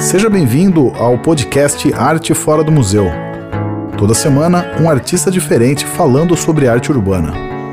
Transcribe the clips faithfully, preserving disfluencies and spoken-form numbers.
Seja bem-vindo ao podcast Arte Fora do Museu. Toda semana, um artista diferente falando sobre arte urbana.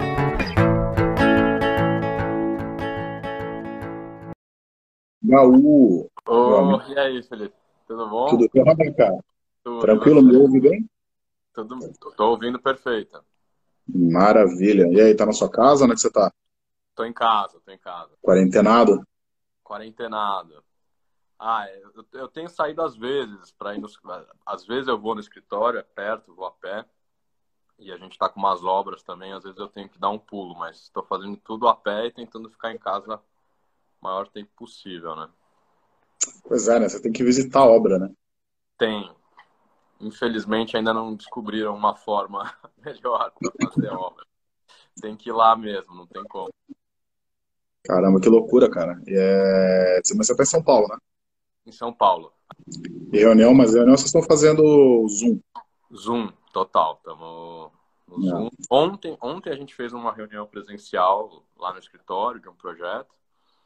Gaú, Ô, e aí, Felipe? Tudo bom? tudo bem, cara? Tudo, Tranquilo, e me você? ouve bem? Tudo, tô ouvindo perfeita. Maravilha. E aí, tá na sua casa? Onde é que você tá? Tô em casa, tô em casa. Quarentenado? Quarentenado. Ah, eu, eu tenho saído às vezes para ir no... Às vezes eu vou no escritório, é perto, vou a pé. E a gente tá com umas obras também, às vezes eu tenho que dar um pulo, mas estou fazendo tudo a pé e tentando ficar em casa o maior tempo possível, né? Pois é, né? Você tem que visitar a obra, né? Tem. Infelizmente ainda não descobriram uma forma melhor para fazer a obra. Tem que ir lá mesmo, não tem como. Caramba, que loucura, cara. E é... Mas você tá em São Paulo, né? Em São Paulo. E reunião, mas reunião vocês estão fazendo Zoom. Zoom, total. Estamos no Né? Zoom. Ontem, ontem a gente fez uma reunião presencial lá no escritório de um projeto.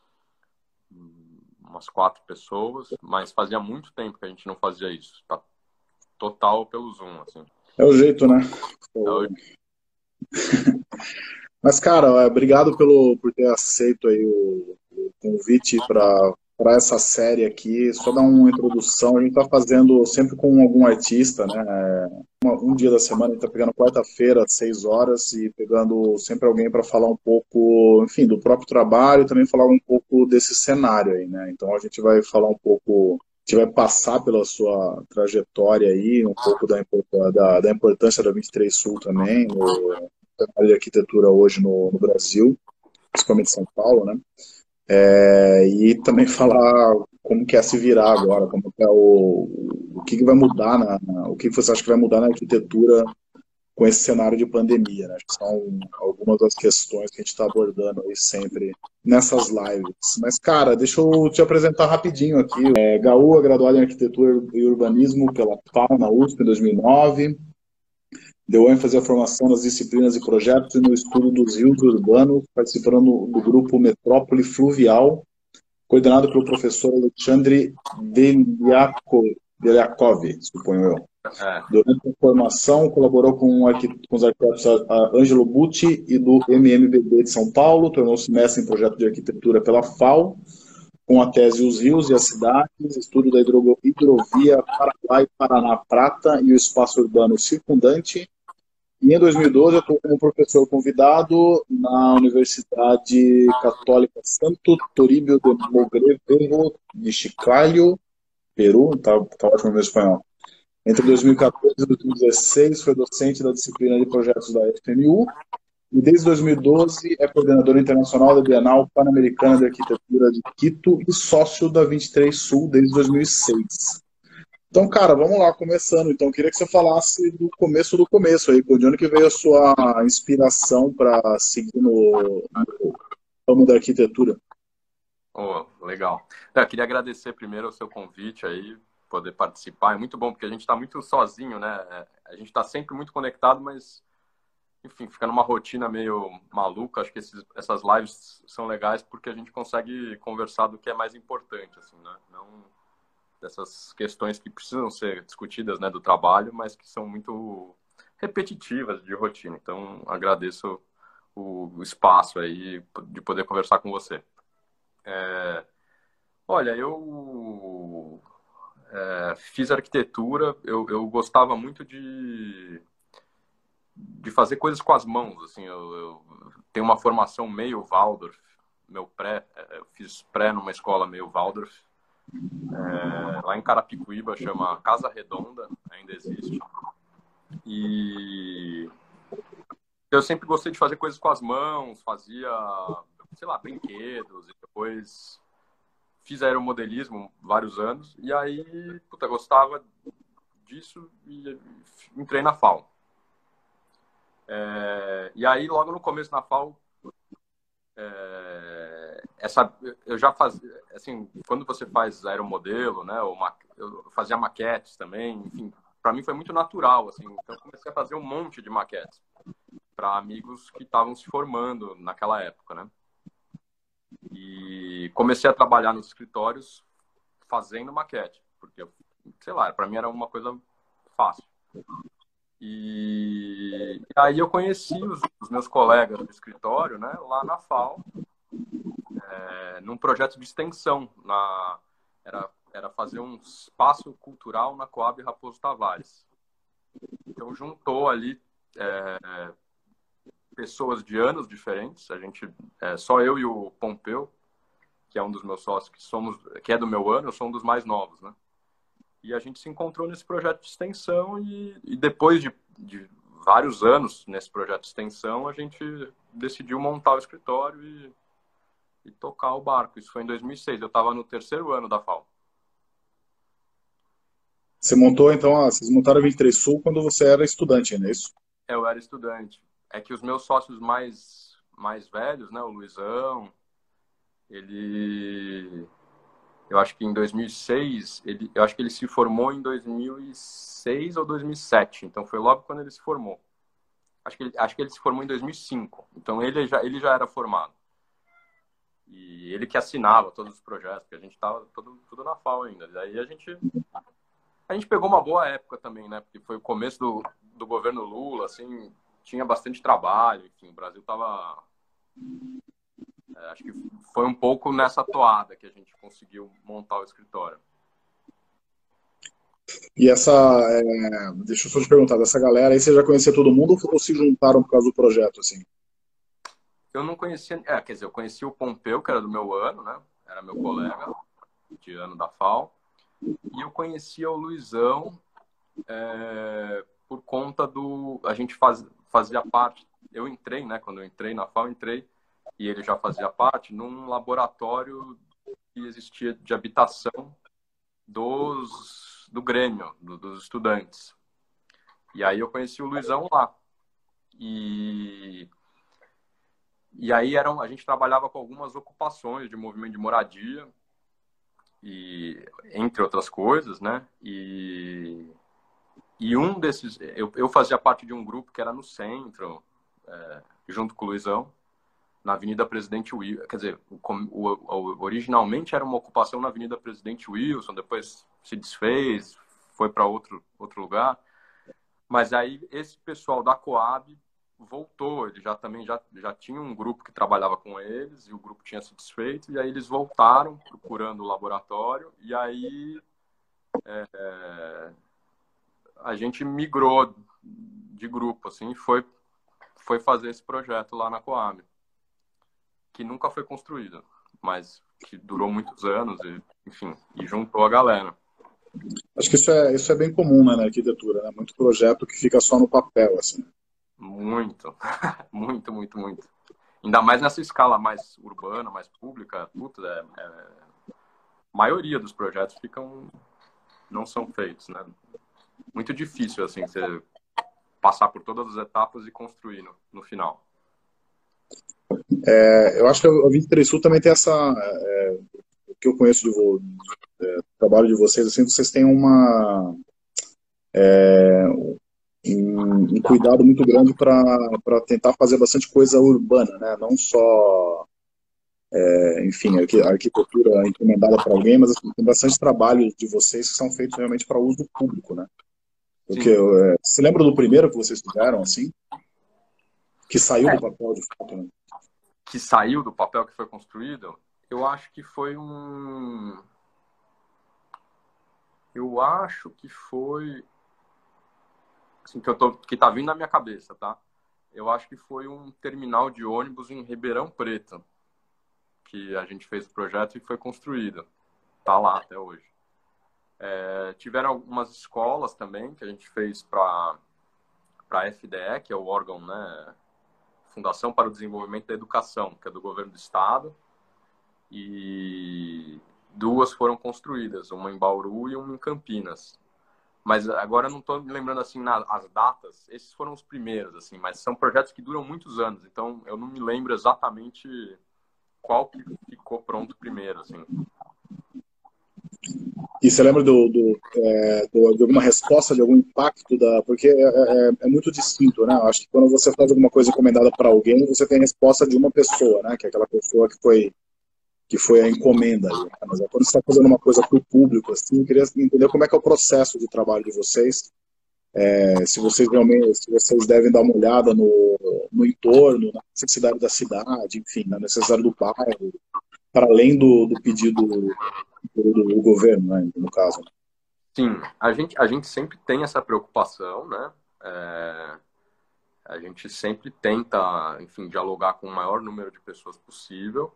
Umas quatro pessoas, mas fazia muito tempo que a gente não fazia isso. Tá total pelo Zoom, assim. É o jeito, né? Então, Mas, cara, é, obrigado pelo, por ter aceito aí o, o convite para para essa série aqui. Só dar uma introdução. A gente está fazendo sempre com algum artista, né? Uma- um dia da semana, a gente está pegando quarta-feira, às seis horas, e pegando sempre alguém para falar um pouco, enfim, do próprio trabalho e também falar um pouco desse cenário aí, né? Então a gente vai falar um pouco, a gente vai passar pela sua trajetória aí, um pouco da, impor- da, da importância da vinte e três Sul também, no cenário de arquitetura hoje no, no Brasil, principalmente São Paulo, né? É, e também falar como que é se virar agora, como que é o, o que, que vai mudar, na, na- o que, que você acha que vai mudar na arquitetura com esse cenário de pandemia, né? Acho que são algumas das questões que a gente está abordando aí sempre nessas lives. Mas, cara, deixa eu te apresentar rapidinho aqui. É, Gaú é graduado em Arquitetura e Urbanismo pela FAU, na U S P, em dois mil e nove. Deu ênfase à formação nas disciplinas e projetos e no estudo dos rios urbanos, participando do grupo Metrópole Fluvial, coordenado pelo professor Alexandre Deliakov, Deliakov, suponho eu. é, Durante a formação, colaborou com, um arqui- com os arquitetos a- a Ângelo Bucci e do M M B B de São Paulo, tornou-se mestre em projeto de arquitetura pela FAO, com a tese Os Rios e as Cidades, estudo da hidrogo- hidrovia Paraguai-Paraná-Prata e o espaço urbano circundante. E em dois mil e doze eu estou como professor convidado na Universidade Católica Santo Toribio de Mogrovejo de Chiclayo, Peru, tá, tá ótimo meu espanhol. Entre dois mil e quatorze e dois mil e dezesseis foi docente da disciplina de projetos da F M U e desde dois mil e doze é coordenador internacional da Bienal Pan-Americana de Arquitetura de Quito e sócio da vinte e três Sul desde dois mil e seis. Então, cara, vamos lá, começando. Então, queria que você falasse do começo do começo aí, pô, de onde que veio a sua inspiração para seguir no, no ramo da arquitetura? oh, legal. É, eu queria agradecer primeiro o seu convite aí, poder participar. É muito bom, porque a gente está muito sozinho, né? É, a gente está sempre muito conectado, mas, enfim, fica numa rotina meio maluca. Acho que esses, essas lives são legais porque a gente consegue conversar do que é mais importante, assim, né? Não dessas questões que precisam ser discutidas, né, do trabalho, mas que são muito repetitivas de rotina. Então, agradeço o, o espaço aí de poder conversar com você. É, olha, eu é, fiz arquitetura, eu, eu gostava muito de, de fazer coisas com as mãos, assim, eu, eu tenho uma formação meio Waldorf, meu pré, eu fiz pré numa escola meio Waldorf, é, lá em Carapicuíba, chama Casa Redonda, ainda existe, e eu sempre gostei de fazer coisas com as mãos, fazia, sei lá, brinquedos, e depois fiz aeromodelismo vários anos, e aí, puta, gostava disso e entrei na FAO. É, e aí, logo no começo na FAO, é, essa, eu já fazia, assim, quando você faz aeromodelo, né, ou ma, eu fazia maquetes também, enfim, para mim foi muito natural, assim, então eu comecei a fazer um monte de maquetes para amigos que estavam se formando naquela época, né? E comecei a trabalhar nos escritórios fazendo maquete. porque, sei lá, para mim era uma coisa fácil. E, e aí eu conheci os, os meus colegas do escritório, né, lá na FAO, é, num projeto de extensão, na, era, era fazer um espaço cultural na Coab Raposo Tavares. Então juntou ali é, pessoas de anos diferentes, a gente, é, só eu e o Pompeu, que é um dos meus sócios, que, somos, que é do meu ano, eu sou um dos mais novos, né? E a gente se encontrou nesse projeto de extensão e, e depois de, de vários anos nesse projeto de extensão, a gente decidiu montar o escritório e, e tocar o barco. Isso foi em dois mil e seis, eu estava no terceiro ano da FAO. Você montou, então, ah, vocês montaram a vinte e três Sul quando você era estudante, não é isso? Eu era estudante. É que os meus sócios mais, mais velhos, né, o Luizão, ele... Eu acho que em dois mil e seis, ele, eu acho que ele se formou em dois mil e seis ou dois mil e sete, então foi logo quando ele se formou. Acho que ele, acho que ele se formou em dois mil e cinco, então ele já, ele já era formado. E ele que assinava todos os projetos, porque a gente estava tudo, tudo na FAO ainda. Daí a gente, a gente pegou uma boa época também, né? Porque foi o começo do, do governo Lula, assim, tinha bastante trabalho, enfim, o Brasil estava... É, acho que foi um pouco nessa toada que a gente conseguiu montar o escritório. E essa, é, deixa eu só te perguntar, dessa galera aí, você já conhecia todo mundo ou se juntaram por causa do projeto, assim? Eu não conhecia, é, quer dizer, eu conheci o Pompeu, que era do meu ano, né? Era meu colega de ano da FAO. E eu conhecia o Luizão é, por conta do... A gente faz, fazia parte... Eu entrei, né? Quando eu entrei na FAO, eu entrei e ele já fazia parte num laboratório que existia de habitação dos, do Grêmio, do, dos estudantes. E aí eu conheci o Luizão lá. E, e aí eram, a gente trabalhava com algumas ocupações de movimento de moradia, e, entre outras coisas, né? E, e um desses... Eu, eu fazia parte de um grupo que era no centro, é, junto com o Luizão, na Avenida Presidente Wilson, quer dizer, o, o, o, originalmente era uma ocupação na Avenida Presidente Wilson, depois se desfez, foi para outro, outro lugar, mas aí esse pessoal da Coab voltou, ele já também já, já tinha um grupo que trabalhava com eles, e o grupo tinha se desfeito, e aí eles voltaram procurando o laboratório, e aí é, a gente migrou de grupo, assim, foi, foi fazer esse projeto lá na Coab, que nunca foi construído, mas que durou muitos anos, e, enfim, e juntou a galera. Acho que isso é, isso é bem comum, né, na arquitetura, né? Muito projeto que fica só no papel, assim. Muito, muito, muito, muito. Ainda mais nessa escala mais urbana, mais pública, puta, é, é, a maioria dos projetos ficam, não são feitos, né? Muito difícil, assim, você passar por todas as etapas e construir no, no final. É, eu acho que a vinte e três Sul também tem essa... É, o que eu conheço do, é, do trabalho de vocês, assim, vocês têm uma... É, um, um cuidado muito grande para tentar fazer bastante coisa urbana, né? Não só, é, enfim, a arquitetura encomendada para alguém, mas assim, tem bastante trabalho de vocês que são feitos realmente para uso público, né? Porque, é, você lembra do primeiro que vocês fizeram, assim? Que saiu é. do papel, de fato, né? Que saiu do papel, que foi construído? Eu acho que foi um... Eu acho que foi... Assim, que, eu tô, que tá vindo na minha cabeça, tá? Eu acho que foi um terminal de ônibus em Ribeirão Preto, que a gente fez o projeto e foi construído. Tá lá até hoje. É, tiveram algumas escolas também que a gente fez para a F D E, que é o órgão, né, Fundação para o Desenvolvimento da Educação, que é do governo do estado, e duas foram construídas, uma em Bauru e uma em Campinas. Mas agora eu não estou me lembrando assim na, as datas, esses foram os primeiros, assim, mas são projetos que duram muitos anos, então eu não me lembro exatamente qual que ficou pronto primeiro, assim. E você lembra do, do, é, do, de alguma resposta, de algum impacto? Da, porque é, é, é muito distinto, né? Acho que quando você faz alguma coisa encomendada para alguém, você tem a resposta de uma pessoa, né? Que é aquela pessoa que foi que foi a encomenda ali. Né? Mas quando você está fazendo uma coisa para o público, assim, eu queria entender como é que é o processo de trabalho de vocês, é, se vocês realmente, se vocês devem dar uma olhada no, no entorno, na necessidade da cidade, enfim, na necessidade do bairro, para além do, do pedido do, do, do governo, né, no caso. Sim, a gente, a gente sempre tem essa preocupação, né? É, a gente sempre tenta, enfim, dialogar com o maior número de pessoas possível,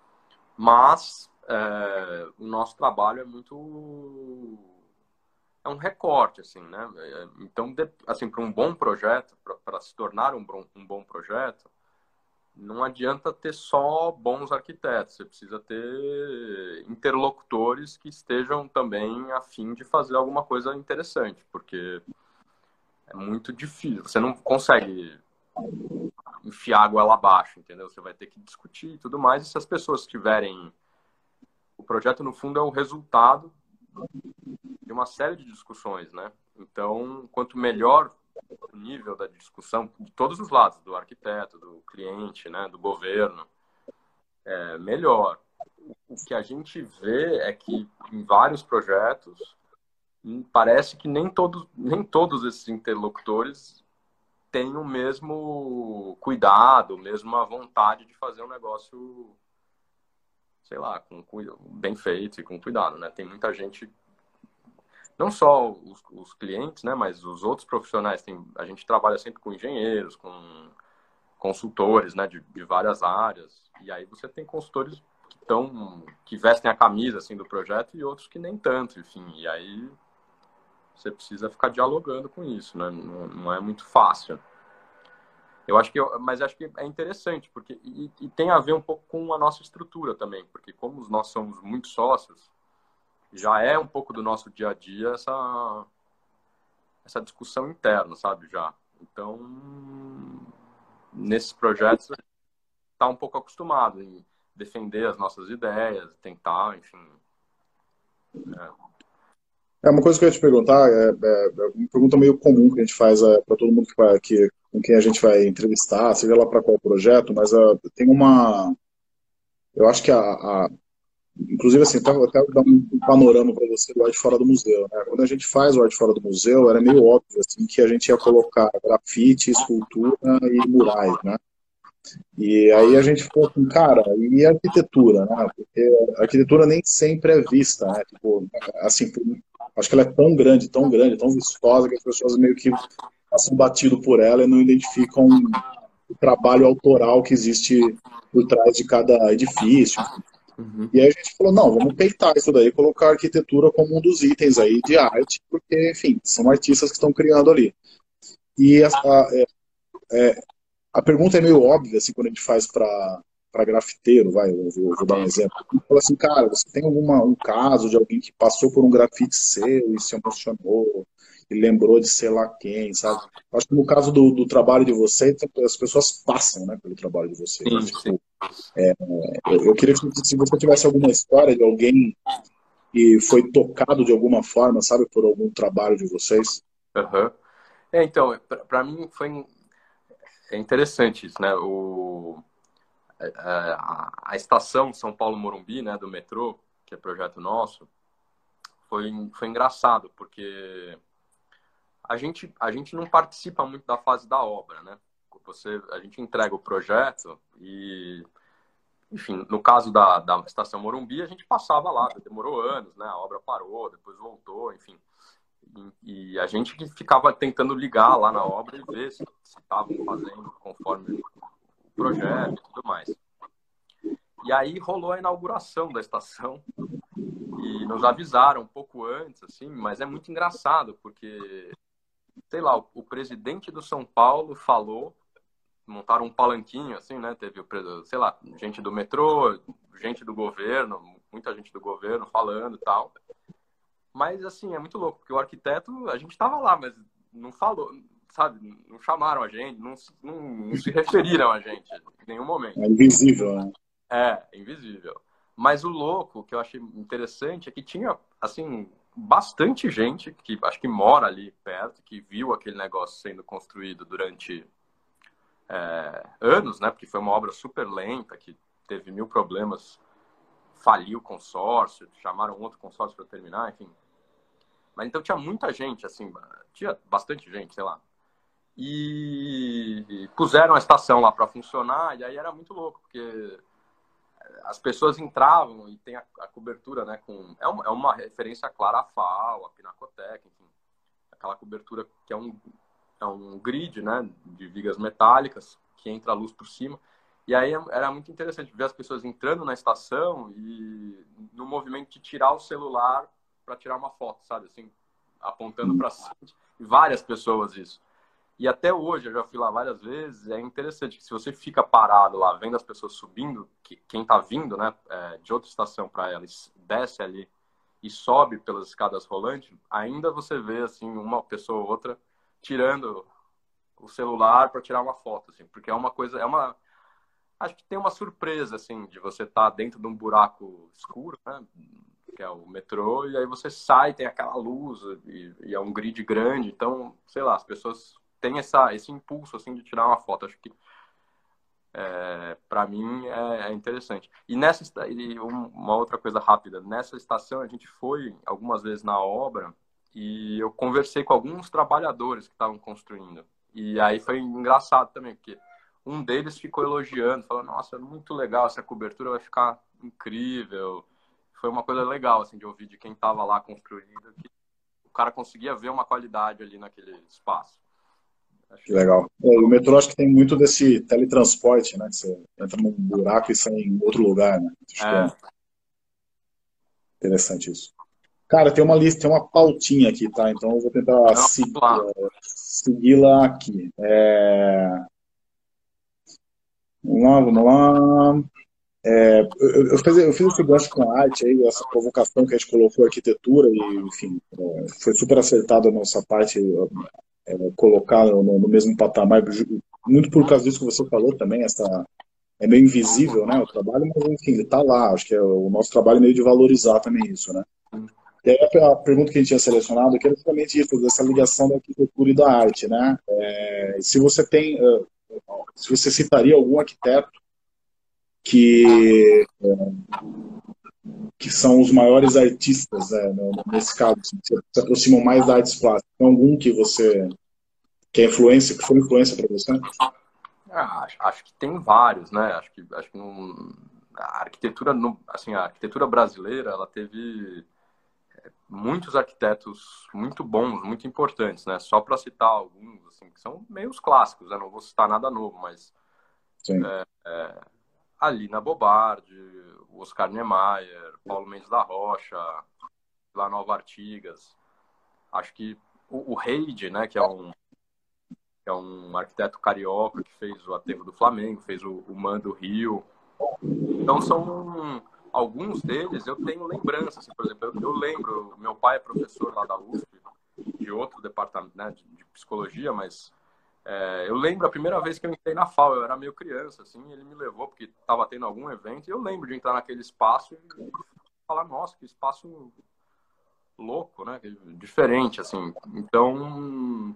mas é, o nosso trabalho é muito... é um recorte, assim, né? Então, assim, para um bom projeto, para se tornar um bom, um bom projeto, não adianta ter só bons arquitetos, você precisa ter interlocutores que estejam também a fim de fazer alguma coisa interessante, porque é muito difícil, você não consegue enfiar a goela abaixo, entendeu? Você vai ter que discutir e tudo mais, e se as pessoas tiverem... O projeto, no fundo, é o resultado de uma série de discussões, né? Então, quanto melhor o nível da discussão de todos os lados, do arquiteto, do cliente, né, do governo, é melhor. O que a gente vê é que em vários projetos parece que nem todos, nem todos esses interlocutores têm o mesmo cuidado, a mesma vontade de fazer um negócio, sei lá, com, bem feito e com cuidado, né? Tem muita gente, não só os, os clientes, né, mas os outros profissionais. Tem, a gente trabalha sempre com engenheiros, com consultores, né, de, de várias áreas. E aí você tem consultores que, tão, que vestem a camisa assim, do projeto e outros que nem tanto, enfim. E aí você precisa ficar dialogando com isso, né? Não, não é muito fácil. Eu acho que, eu, mas acho que é interessante, porque e, e tem a ver um pouco com a nossa estrutura também, porque como nós somos muito sócios, já é um pouco do nosso dia a dia essa, essa discussão interna, sabe, já. Então, nesses projetos, está um pouco acostumado em defender as nossas ideias, tentar, enfim. É. É uma coisa que eu ia te perguntar, é, é, é uma pergunta meio comum que a gente faz é, para todo mundo que, vai, que com quem a gente vai entrevistar, seja lá para qual projeto, mas uh, tem uma... Eu acho que a... a inclusive, assim, até, até dar um panorama para você do Arte Fora do Museu. Né? Quando a gente faz o Arte Fora do Museu, era meio óbvio assim, que a gente ia colocar grafite, escultura e murais, né? E aí a gente falou assim, cara, e a arquitetura, né? Porque a arquitetura nem sempre é vista, né? Tipo, assim, acho que ela é tão grande, tão grande, tão vistosa que as pessoas meio que passam batido por ela e não identificam o trabalho autoral que existe por trás de cada edifício. Uhum. E aí a gente falou, não, vamos peitar isso daí, colocar a arquitetura como um dos itens aí de arte, porque, enfim, são artistas que estão criando ali. E a, a, é, a pergunta é meio óbvia, assim, quando a gente faz para para grafiteiro, vai, eu vou, vou dar um exemplo. Ele fala assim, cara, você tem alguma, um caso de alguém que passou por um grafite seu e se emocionou, e lembrou de sei lá quem, sabe? Acho que no caso do, do trabalho de vocês, as pessoas passam, né, pelo trabalho de vocês. Sim, tipo, sim. É, eu, eu queria que se você tivesse alguma história de alguém que foi tocado de alguma forma, sabe, por algum trabalho de vocês. Uhum. É, então, para mim foi é interessante isso, né? O, a, a estação São Paulo-Morumbi, né, do metrô, que é projeto nosso, foi, foi engraçado, porque a gente, a gente não participa muito da fase da obra, né? Você, a gente entrega o projeto e, enfim, no caso da, da estação Morumbi, a gente passava lá, demorou anos, né? A obra parou, depois voltou, enfim. E, e a gente que ficava tentando ligar lá na obra e ver se estavam fazendo conforme o projeto e tudo mais. E aí rolou a inauguração da estação e nos avisaram um pouco antes, assim, mas é muito engraçado, porque, sei lá, o, o presidente do São Paulo falou, montaram um palanquinho, assim, né? Teve, sei lá, gente do metrô, gente do governo, muita gente do governo falando e tal. Mas, assim, é muito louco, porque o arquiteto, a gente estava lá, mas não falou, sabe? Não chamaram a gente, não, não, não se referiram a gente em nenhum momento. É invisível, né? É, invisível. Mas o louco, que eu achei interessante, é que tinha, assim, bastante gente que acho que mora ali perto, que viu aquele negócio sendo construído durante é, anos, né? Porque foi uma obra super lenta, que teve mil problemas faliu o consórcio, chamaram outro consórcio para terminar, enfim. Mas então tinha muita gente, assim, tinha bastante gente, sei lá. E puseram a estação lá para funcionar, e aí era muito louco, porque as pessoas entravam e tem a, a cobertura, né, com... É uma, é uma referência clara à FAO, à Pinacoteca, enfim. Aquela cobertura que é um, é um grid, né, de vigas metálicas, que entra a luz por cima. E aí era muito interessante ver as pessoas entrando na estação e no movimento de tirar o celular para tirar uma foto, sabe? Assim, apontando para cima. E várias pessoas isso. E até hoje, eu já fui lá várias vezes, é interessante que se você fica parado lá, vendo as pessoas subindo, que, quem está vindo, né, é, de outra estação para elas, desce ali e sobe pelas escadas rolantes, ainda você vê, assim, uma pessoa ou outra tirando o celular para tirar uma foto, assim, porque é uma coisa, é uma... Acho que tem uma surpresa, assim, de você estar tá dentro de um buraco escuro, né, que é o metrô, e aí você sai, tem aquela luz, e, e é um grid grande, então, sei lá, as pessoas têm essa, esse impulso, assim, de tirar uma foto. Acho que, é, para mim, é, é interessante. E nessa, e uma outra coisa rápida, nessa estação a gente foi algumas vezes na obra e eu conversei com alguns trabalhadores que estavam construindo. E aí foi engraçado também, porque um deles ficou elogiando, falando, nossa, é muito legal, essa cobertura vai ficar incrível. Foi uma coisa legal, assim, de ouvir de quem estava lá construindo, que o cara conseguia ver uma qualidade ali naquele espaço. Que legal. É, o metrô acho que tem muito desse teletransporte, né? Que você entra num buraco e sai em outro lugar, né? Acho que é interessante isso. Cara, tem uma lista, tem uma pautinha aqui, tá? Então eu vou tentar se- é, segui-la aqui. É... Vamos lá, vamos lá. É, eu, eu, fiz, eu fiz esse gancho com a arte aí, essa provocação que a gente colocou arquitetura e, enfim, é, foi super acertado a nossa parte é, colocar no, no mesmo patamar, muito por causa disso que você falou também, essa é meio invisível, né, o trabalho, mas enfim, ele está lá, acho que é o nosso trabalho meio de valorizar também isso, né. E aí a, a pergunta que a gente tinha selecionado aqui era justamente isso, dessa ligação da arquitetura e da arte, né. É, se você tem, se você citaria algum arquiteto que, que são os maiores artistas, né, nesse caso, assim, que se aproximam mais da artes plásticas. Tem algum que você que é influência, que foi influência para você? Ah, acho, acho que tem vários, né? Acho que, acho que não, a arquitetura, assim, a arquitetura brasileira, ela teve muitos arquitetos muito bons, muito importantes, né? Só para citar alguns, assim, que são meio os clássicos, né? Não vou citar nada novo, mas é, é, a Lina Bobardi, o Oscar Niemeyer, Paulo Mendes da Rocha, lá Nova Artigas. Acho que o, o Reide, né, que é um, que é um arquiteto carioca que fez o Aterro do Flamengo, fez o, o Man do Rio. Então são alguns deles, eu tenho lembranças, assim, por exemplo, eu, eu lembro, meu pai é professor lá da U S P, de outro departamento, né, de, de psicologia, mas É, eu lembro a primeira vez que eu entrei na FAO, eu era meio criança, assim, ele me levou porque estava tendo algum evento, e eu lembro de entrar naquele espaço e falar, nossa, que espaço louco, né, diferente, assim. Então,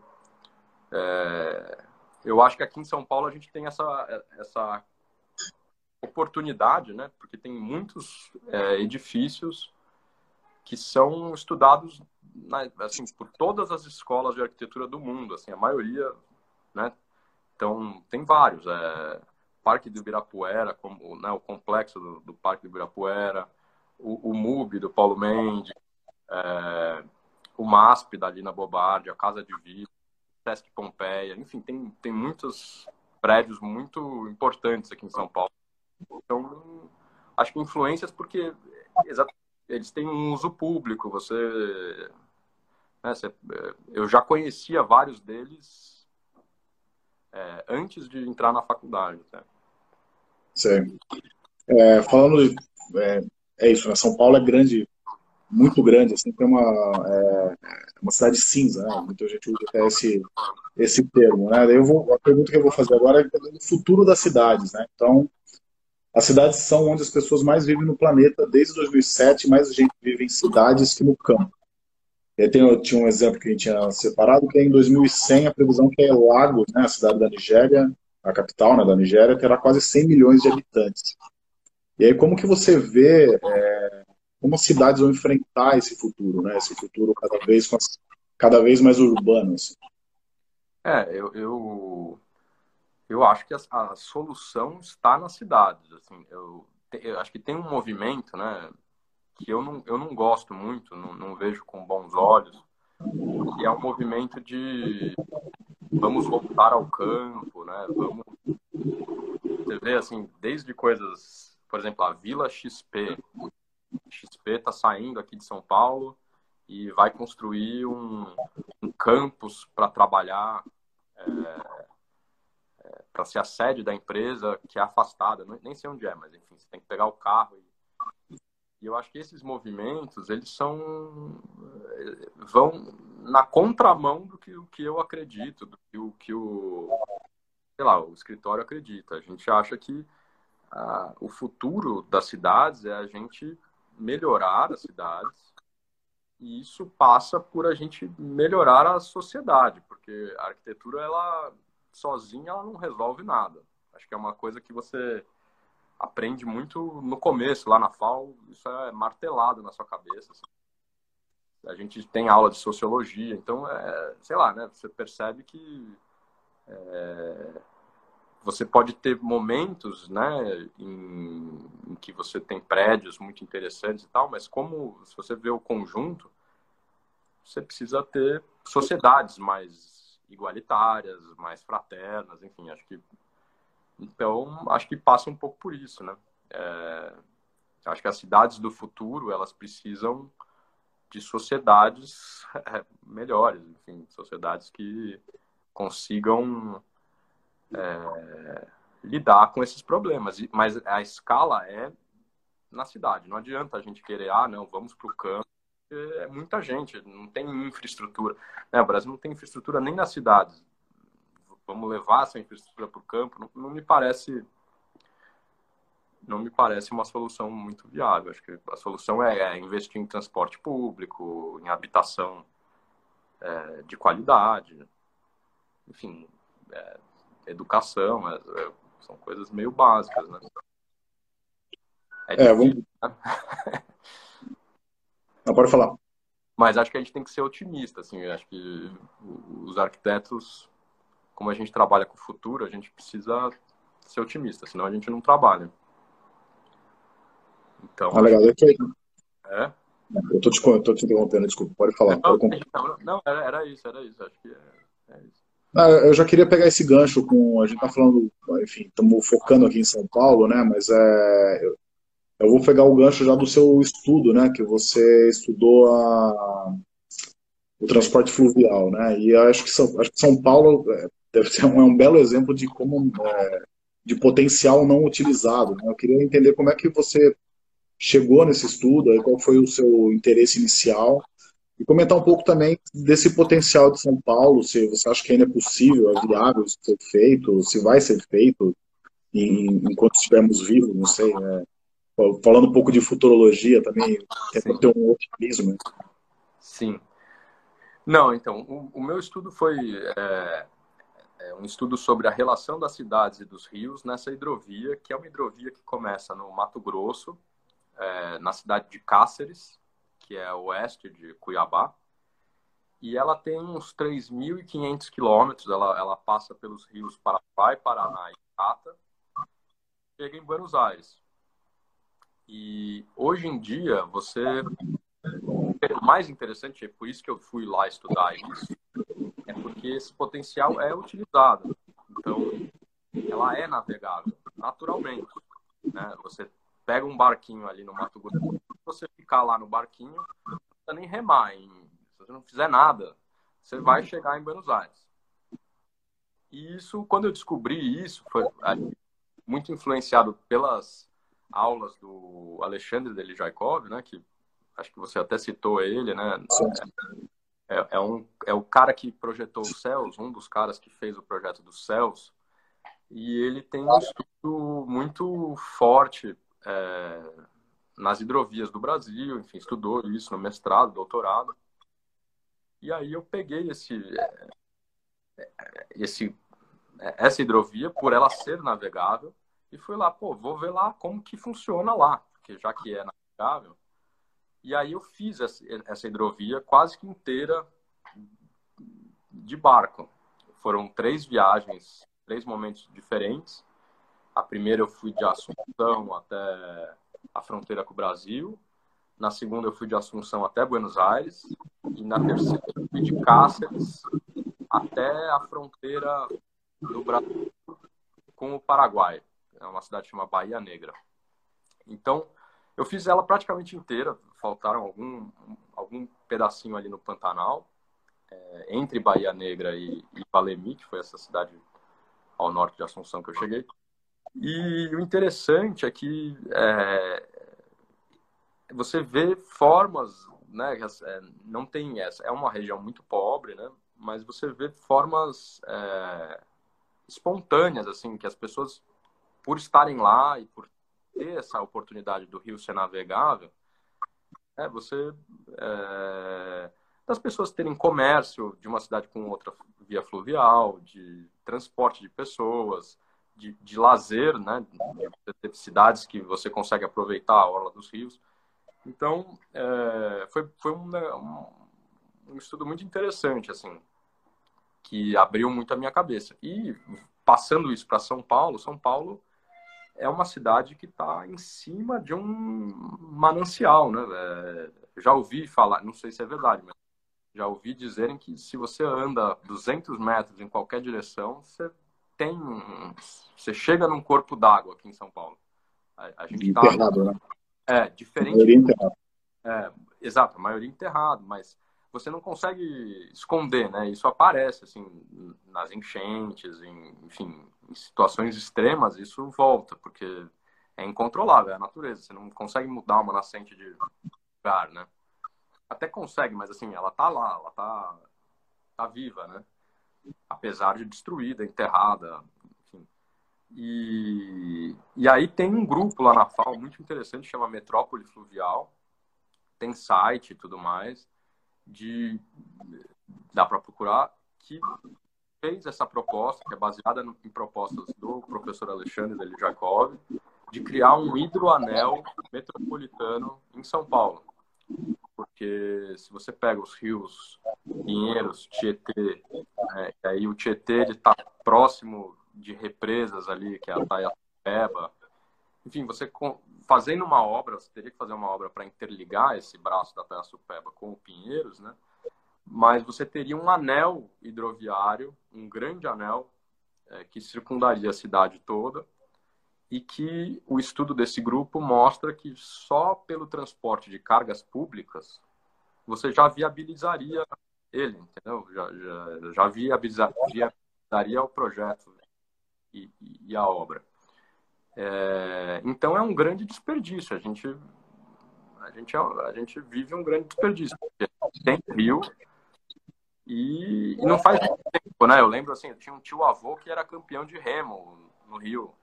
é, eu acho que aqui em São Paulo a gente tem essa, essa oportunidade, né, porque tem muitos é, edifícios que são estudados, na, assim, por todas as escolas de arquitetura do mundo, assim, a maioria, né? Então, tem vários. É, Parque do Ibirapuera, como, né, o complexo do, do Parque do Ibirapuera, o, o MUB do Paulo Mendes, é, o MASP da Lina Bobardi, a Casa de Vidro, o Sesc Pompeia, enfim, tem, tem muitos prédios muito importantes aqui em São Paulo. Então, acho que influências porque eles têm um uso público. Você, né, você eu já conhecia vários deles É, antes de entrar na faculdade. Tá? Sim. É, falando de, é, é isso, né? São Paulo é grande, muito grande, assim, tem uma, é, uma cidade cinza, né? Muita gente usa até esse, esse termo, né? Daí eu vou, a pergunta que eu vou fazer agora é o futuro das cidades, né? Então, as cidades são onde as pessoas mais vivem no planeta. Desde dois mil e sete, mais gente vive em cidades que no campo. E aí tem, tinha um exemplo que a gente tinha separado, que é em dois mil e cem a previsão que é Lagos, né, a cidade da Nigéria, a capital, né, da Nigéria, terá quase cem milhões de habitantes. E aí, como que você vê é, como as cidades vão enfrentar esse futuro, né? Esse futuro cada vez, com as- cada vez mais urbano, assim. É, eu, eu, eu acho que a, a solução está nas cidades. Assim, eu, te- eu acho que tem um movimento, né, que eu não, eu não gosto muito, não, não vejo com bons olhos, que é um movimento de vamos voltar ao campo, né? Vamos, você vê assim, desde coisas, por exemplo, a Vila X P. X P está saindo aqui de São Paulo e vai construir um, um campus para trabalhar, para ser a sede da empresa, que é afastada, nem sei onde é, mas enfim, você tem que pegar o carro. E, e eu acho que esses movimentos, eles são, vão na contramão do que, o que eu acredito, do que o, que o, sei lá, o escritório acredita. A gente acha que ah, o futuro das cidades é a gente melhorar as cidades. E isso passa por a gente melhorar a sociedade, porque a arquitetura, ela sozinha, ela não resolve nada. Acho que é uma coisa que você aprende muito no começo, lá na F A U, isso é martelado na sua cabeça. Assim. A gente tem aula de sociologia, então, é, sei lá, né? Você percebe que é, você pode ter momentos, né, em, em que você tem prédios muito interessantes e tal, mas como, se você vê o conjunto, você precisa ter sociedades mais igualitárias, mais fraternas, enfim, acho que então acho que passa um pouco por isso, né? É, acho que as cidades do futuro elas precisam de sociedades melhores, enfim, sociedades que consigam é, lidar com esses problemas. Mas a escala é na cidade. Não adianta a gente querer, ah, não, vamos para o campo. É muita gente, não tem infraestrutura. É, o Brasil não tem infraestrutura nem nas cidades. Vamos levar essa infraestrutura para o campo? Não, não me parece, não me parece uma solução muito viável. Acho que a solução é, é investir em transporte público, em habitação é, de qualidade, enfim, é, educação, é, é, são coisas meio básicas, né? É É, difícil, vamos... né? Não, pode falar. Mas acho que a gente tem que ser otimista, assim. Eu acho que os arquitetos, como a gente trabalha com o futuro, a gente precisa ser otimista, senão a gente não trabalha. Então, Ah, acho legal. que Eu tô, é. eu tô te, eu tô te interrompendo, desculpa. Pode falar, pode Não, concluir. não, não era, era isso, era isso. Acho que é, é isso. Ah, eu já queria pegar esse gancho com. A gente tá falando, enfim, estamos focando aqui em São Paulo, né? Mas é, eu eu vou pegar o gancho já do seu estudo, né? Que você estudou a, o Sim, transporte fluvial, né? E eu acho que São, acho que São Paulo é, deve ser um, é um belo exemplo de como é, de potencial não utilizado, né? Eu queria entender como é que você chegou nesse estudo, aí qual foi o seu interesse inicial e comentar um pouco também desse potencial de São Paulo, se você acha que ainda é possível, é viável isso ser feito, se vai ser feito em, enquanto estivermos vivos, não sei, né? Falando um pouco de futurologia também, tenta sim, ter um otimismo. sim. Não, então, o, o meu estudo foi é, é um estudo sobre a relação das cidades e dos rios nessa hidrovia, que é uma hidrovia que começa no Mato Grosso, é, na cidade de Cáceres, que é oeste de Cuiabá, e ela tem uns três mil e quinhentos quilômetros, ela, ela passa pelos rios Paraguai, Paraná e Prata, chega em Buenos Aires. E hoje em dia, você... O mais interessante, é por isso que eu fui lá estudar isso, é porque esse potencial é utilizado. Então, ela é navegável, naturalmente. Né? Você pega um barquinho ali no Mato Grosso, você ficar lá no barquinho, não precisa nem remar. Hein? Se você não fizer nada, você vai chegar em Buenos Aires. E isso, quando eu descobri isso, foi muito influenciado pelas aulas do Alexandre Delijaikov, né? Que acho que você até citou ele, né? É, é, um, é o cara que projetou os céus, um dos caras que fez o projeto dos céus, e ele tem um estudo muito forte é, nas hidrovias do Brasil, enfim, estudou isso no mestrado, doutorado. E aí eu peguei esse, esse, essa hidrovia, por ela ser navegável, e fui lá, pô, vou ver lá como que funciona lá, porque já que é navegável. E aí eu fiz essa, essa hidrovia quase que inteira de barco. Foram três viagens, três momentos diferentes. A primeira eu fui de Assunção até a fronteira com o Brasil. Na segunda eu fui de Assunção até Buenos Aires. E na terceira eu fui de Cáceres até a fronteira do Brasil com o Paraguai. É uma cidade chamada Bahia Negra. Então, eu fiz ela praticamente inteira. Faltaram algum, algum pedacinho ali no Pantanal, é, entre Bahia Negra e, e Palemi, que foi essa cidade ao norte de Assunção que eu cheguei. E o interessante é que é, você vê formas, né? É, não tem essa, é uma região muito pobre, né? Mas você vê formas é, espontâneas, assim, que as pessoas, por estarem lá e por ter essa oportunidade do rio ser navegável, é, você é, das pessoas terem comércio de uma cidade com outra via fluvial, de transporte de pessoas, de, de lazer, né? De cidades que você consegue aproveitar a orla dos rios. Então, é, foi, foi um, um, um estudo muito interessante, assim, que abriu muito a minha cabeça. E, passando isso para São Paulo, São Paulo é uma cidade que está em cima de um manancial, né? É, já ouvi falar, não sei se é verdade, mas já ouvi dizerem que se você anda duzentos metros em qualquer direção, você tem, você chega num corpo d'água aqui em São Paulo. A, a gente enterrado, tá, né? É, diferente. A maioria enterrado. É, exato, a maioria enterrado, mas você não consegue esconder, né? Isso aparece, assim, nas enchentes, em, enfim, em situações extremas, isso volta, porque é incontrolável, é a natureza. Você não consegue mudar uma nascente de lugar, né? Até consegue, mas assim, ela tá lá, ela tá, tá viva, né? Apesar de destruída, enterrada, enfim. E, e aí tem um grupo lá na F A O muito interessante, chama Metrópole Fluvial, tem site e tudo mais, de, dá para procurar, que fez essa proposta, que é baseada em propostas do professor Alexandre Delijakov, de criar um hidroanel metropolitano em São Paulo. Porque se você pega os rios Pinheiros, Tietê, né, e aí o Tietê está próximo de represas ali, que é a Taiapeba. Enfim, você fazendo uma obra, você teria que fazer uma obra para interligar esse braço da Taiapeba com o Pinheiros, né? Mas você teria um anel hidroviário, um grande anel, é, que circundaria a cidade toda, e que o estudo desse grupo mostra que só pelo transporte de cargas públicas você já viabilizaria ele, entendeu? Já, já, já viabiliza, viabilizaria o projeto e, e a obra. É, então é um grande desperdício. A gente, a gente, a gente vive um grande desperdício. Tem rio e, e não faz muito tempo, né? Eu lembro assim, eu tinha um tio-avô que era campeão de remo no rio.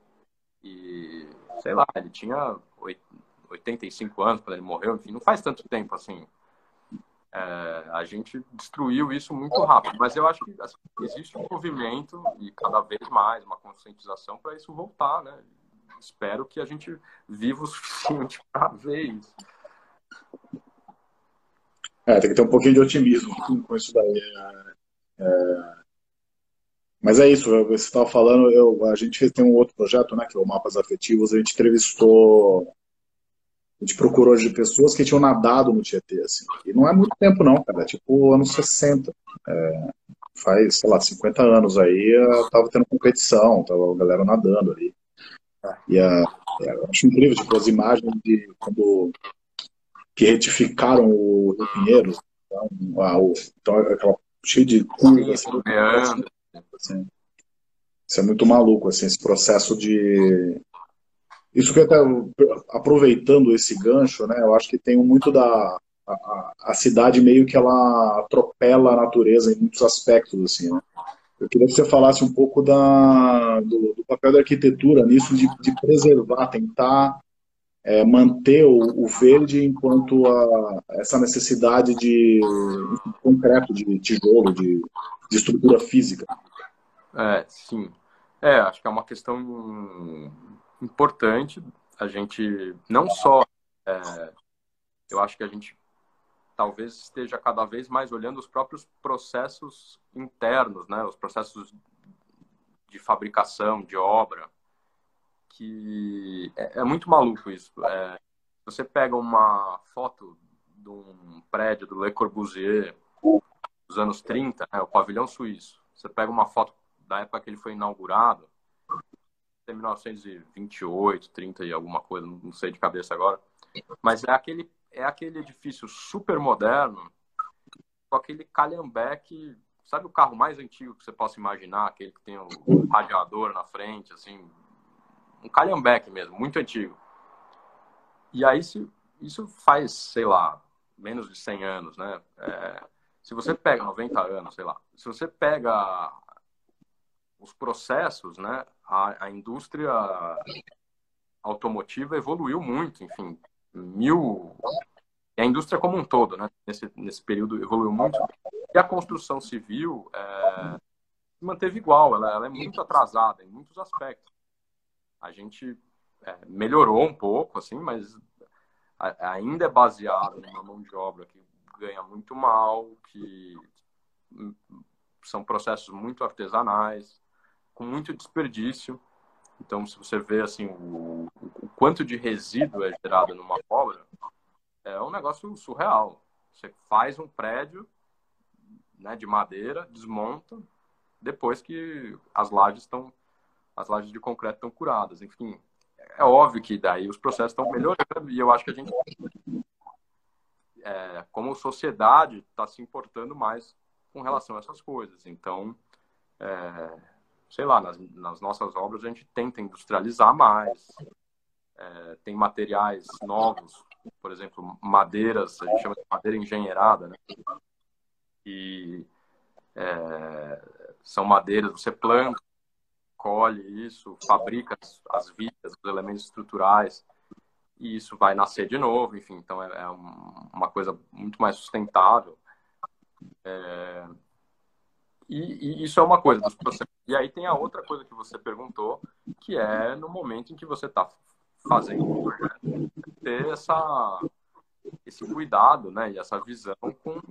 E, sei lá, ele tinha oitenta e cinco anos quando ele morreu, enfim, não faz tanto tempo assim. É, a gente destruiu isso muito rápido, mas eu acho que assim, existe um movimento e cada vez mais uma conscientização para isso voltar, né? Espero que a gente viva o suficiente para ver isso. É, tem que ter um pouquinho de otimismo com isso daí. É, é... Mas é isso, você estava falando, eu, a gente tem um outro projeto, né, que é o Mapas Afetivos, a gente entrevistou, a gente procurou de pessoas que tinham nadado no Tietê, assim, e não é muito tempo não, cara, é tipo anos sessenta, é, faz, sei lá, cinquenta anos aí, tava tendo competição, tava a galera nadando ali, e a, eu acho incrível, tipo, as imagens de quando que retificaram o Rio Pinheiros, então, a, o, então aquela cheio de curva, assim, assim, isso é muito maluco, assim, esse processo de... Isso que até, aproveitando esse gancho, né, eu acho que tem muito da... A, a cidade meio que ela atropela a natureza em muitos aspectos, assim, né? Eu queria que você falasse um pouco da, do, do papel da arquitetura nisso, de, de preservar, tentar é, manter o, o verde enquanto a, essa necessidade de, de concreto, de tijolo, de, de estrutura física. É, sim. É, acho que é uma questão importante. A gente não só, é, eu acho que a gente talvez esteja cada vez mais olhando os próprios processos internos, né? Os processos de fabricação, de obra, que é, é muito maluco isso. É, você pega uma foto de um prédio do Le Corbusier dos anos trinta, né, o pavilhão suíço. Você pega uma foto da época que ele foi inaugurado, em mil novecentos e vinte e oito, trinta e alguma coisa, não sei de cabeça agora. Mas é aquele, é aquele edifício super moderno, com aquele calhambeque, sabe o carro mais antigo que você possa imaginar, aquele que tem o radiador na frente, assim, um calhambeque mesmo, muito antigo. E aí, se, isso faz, sei lá, menos de cem anos, né? É, se você pega noventa anos, sei lá, se você pega os processos, né? A, a indústria automotiva evoluiu muito, enfim, mil... E a indústria como um todo, né? Nesse, nesse período evoluiu muito. E a construção civil é, se manteve igual, ela, ela é muito atrasada em muitos aspectos. A gente é, melhorou um pouco, assim, mas ainda é baseado numa mão de obra que ganha muito mal, que são processos muito artesanais, com muito desperdício. Então, se você vê assim o, o quanto de resíduo é gerado numa obra, é um negócio surreal. Você faz um prédio, né, de madeira, desmonta, depois que as lajes estão, as lajes de concreto estão curadas. Enfim, é óbvio que daí os processos estão melhorando e eu acho que a gente, é, como sociedade, está se importando mais com relação a essas coisas. Então, é, sei lá, nas, nas nossas obras a gente tenta industrializar mais, é, tem materiais novos, por exemplo, madeiras, a gente chama de madeira engenheirada, né? E é, são madeiras, você planta, colhe isso, fabrica as, as vigas, os elementos estruturais, e isso vai nascer de novo, enfim, então é, é um, uma coisa muito mais sustentável. É, e, e isso é uma coisa dos processos. E aí tem a outra coisa que você perguntou, que é no momento em que você está fazendo um projeto, ter essa, esse cuidado, né, e essa visão com,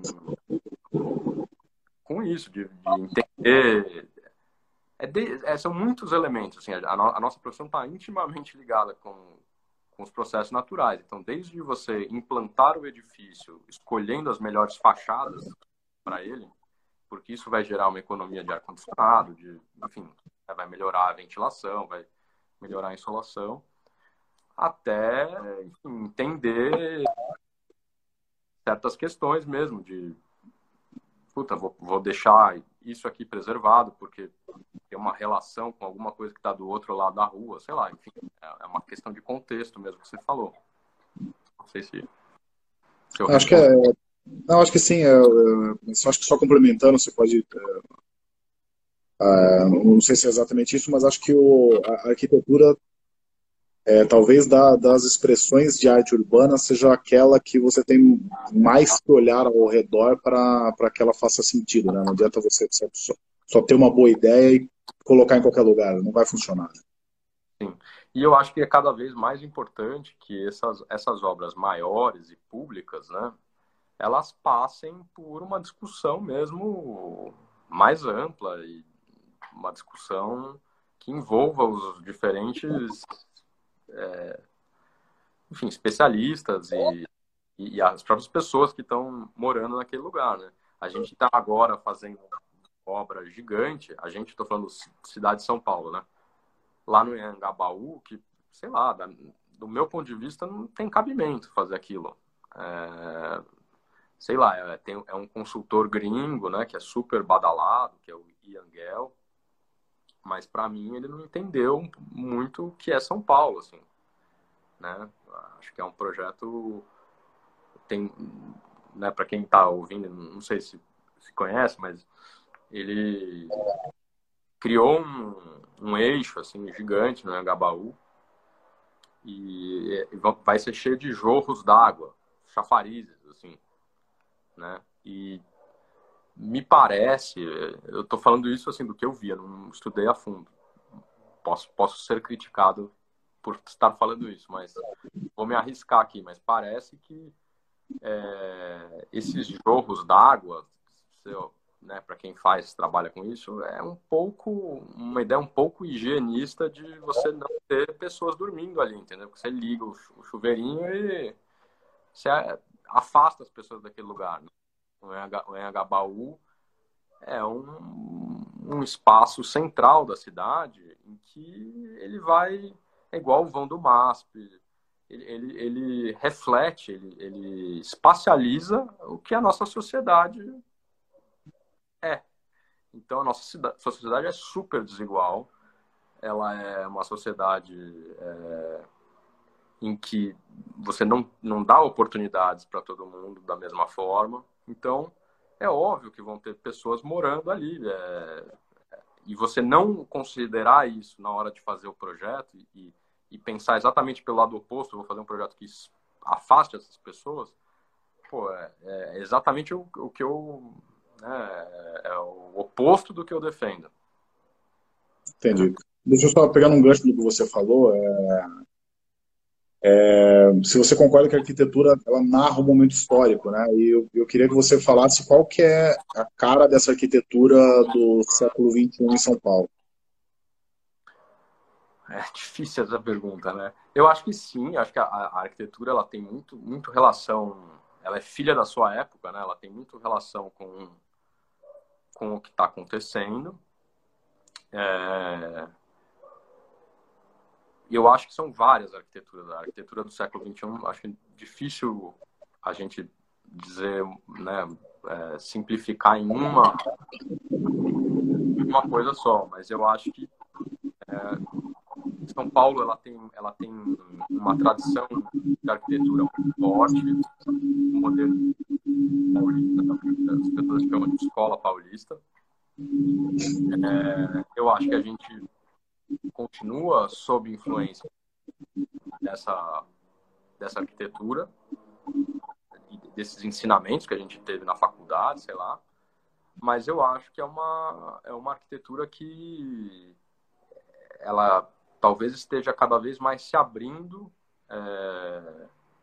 com isso, de, de entender. É de, é, são muitos elementos. Assim, a, a nossa profissão está intimamente ligada com, com os processos naturais. Então, desde você implantar o edifício, escolhendo as melhores fachadas para ele, porque isso vai gerar uma economia de ar-condicionado, de, enfim, vai melhorar a ventilação, vai melhorar a insolação, até, enfim, entender certas questões mesmo de, puta, vou, vou deixar isso aqui preservado porque tem uma relação com alguma coisa que está do outro lado da rua, sei lá, enfim, é uma questão de contexto mesmo que você falou. Não sei se, se eu Acho que respondo. é, não, acho que sim. É, é, só acho que só complementando, você pode. É, não sei se é exatamente isso, mas acho que o, a arquitetura, é, talvez da, das expressões de arte urbana, seja aquela que você tem mais que olhar ao redor para que ela faça sentido, né? Não adianta você só, só ter uma boa ideia e colocar em qualquer lugar, não vai funcionar. Sim. E eu acho que é cada vez mais importante que essas, essas obras maiores e públicas, né, elas passem por uma discussão mesmo mais ampla e uma discussão que envolva os diferentes, enfim, especialistas e, e as próprias pessoas que estão morando naquele lugar, né? A gente está agora fazendo obra gigante, a gente, estou falando cidade de São Paulo, né? Lá no Anhangabaú, que, sei lá, da, do meu ponto de vista, não tem cabimento fazer aquilo. É, sei lá, é, tem, é um consultor gringo, né, que é super badalado, que é o Ian Gell, mas para mim ele não entendeu muito o que é São Paulo, assim, né? Acho que é um projeto tem, né, para quem está ouvindo, não sei se se conhece, mas ele criou um, um eixo assim gigante no Anhangabaú e, e vai ser cheio de jorros d'água, chafarizes, assim, né? E me parece, eu estou falando isso assim do que eu vi, eu não estudei a fundo, posso, posso ser criticado por estar falando isso, mas vou me arriscar aqui, mas parece que é, esses jorros d'água, né, para quem faz, trabalha com isso, é um pouco, uma ideia um pouco higienista de você não ter pessoas dormindo ali, entendeu? Porque você liga o chuveirinho e você afasta as pessoas daquele lugar, né? O Anhangabaú é um, um espaço central da cidade em que ele vai, é igual o vão do M A S P, ele, ele, ele reflete, ele, ele espacializa o que a nossa sociedade é. Então, a nossa cidade, sociedade é super desigual, ela é uma sociedade é, em que você não, não dá oportunidades para todo mundo da mesma forma. Então, é óbvio que vão ter pessoas morando ali. É, e você não considerar isso na hora de fazer o projeto e, e pensar exatamente pelo lado oposto, vou fazer um projeto que afaste essas pessoas, pô, é, é exatamente o, o que eu... É, é o oposto do que eu defendo. Entendi. Deixa eu só pegar um gancho do que você falou. É, é, se você concorda que a arquitetura ela narra um momento histórico, né? E eu, eu queria que você falasse qual que é a cara dessa arquitetura do século vinte e um em São Paulo. É difícil essa pergunta, né? Eu acho que sim, acho que a, a arquitetura ela tem muito, muito relação, ela é filha da sua época, né? Ela tem muito relação com, com o que está acontecendo. É... E eu acho que são várias arquiteturas. A arquitetura do século vinte e um, acho que é difícil a gente dizer, né, é, simplificar em uma, uma coisa só, mas eu acho que é, São Paulo ela tem, ela tem uma tradição de arquitetura muito forte, um modelo paulista, as pessoas chamam de escola paulista. É, eu acho que a gente continua sob influência dessa, dessa arquitetura, desses ensinamentos que a gente teve na faculdade, sei lá, mas eu acho que é uma, é uma arquitetura que ela talvez esteja cada vez mais se abrindo é,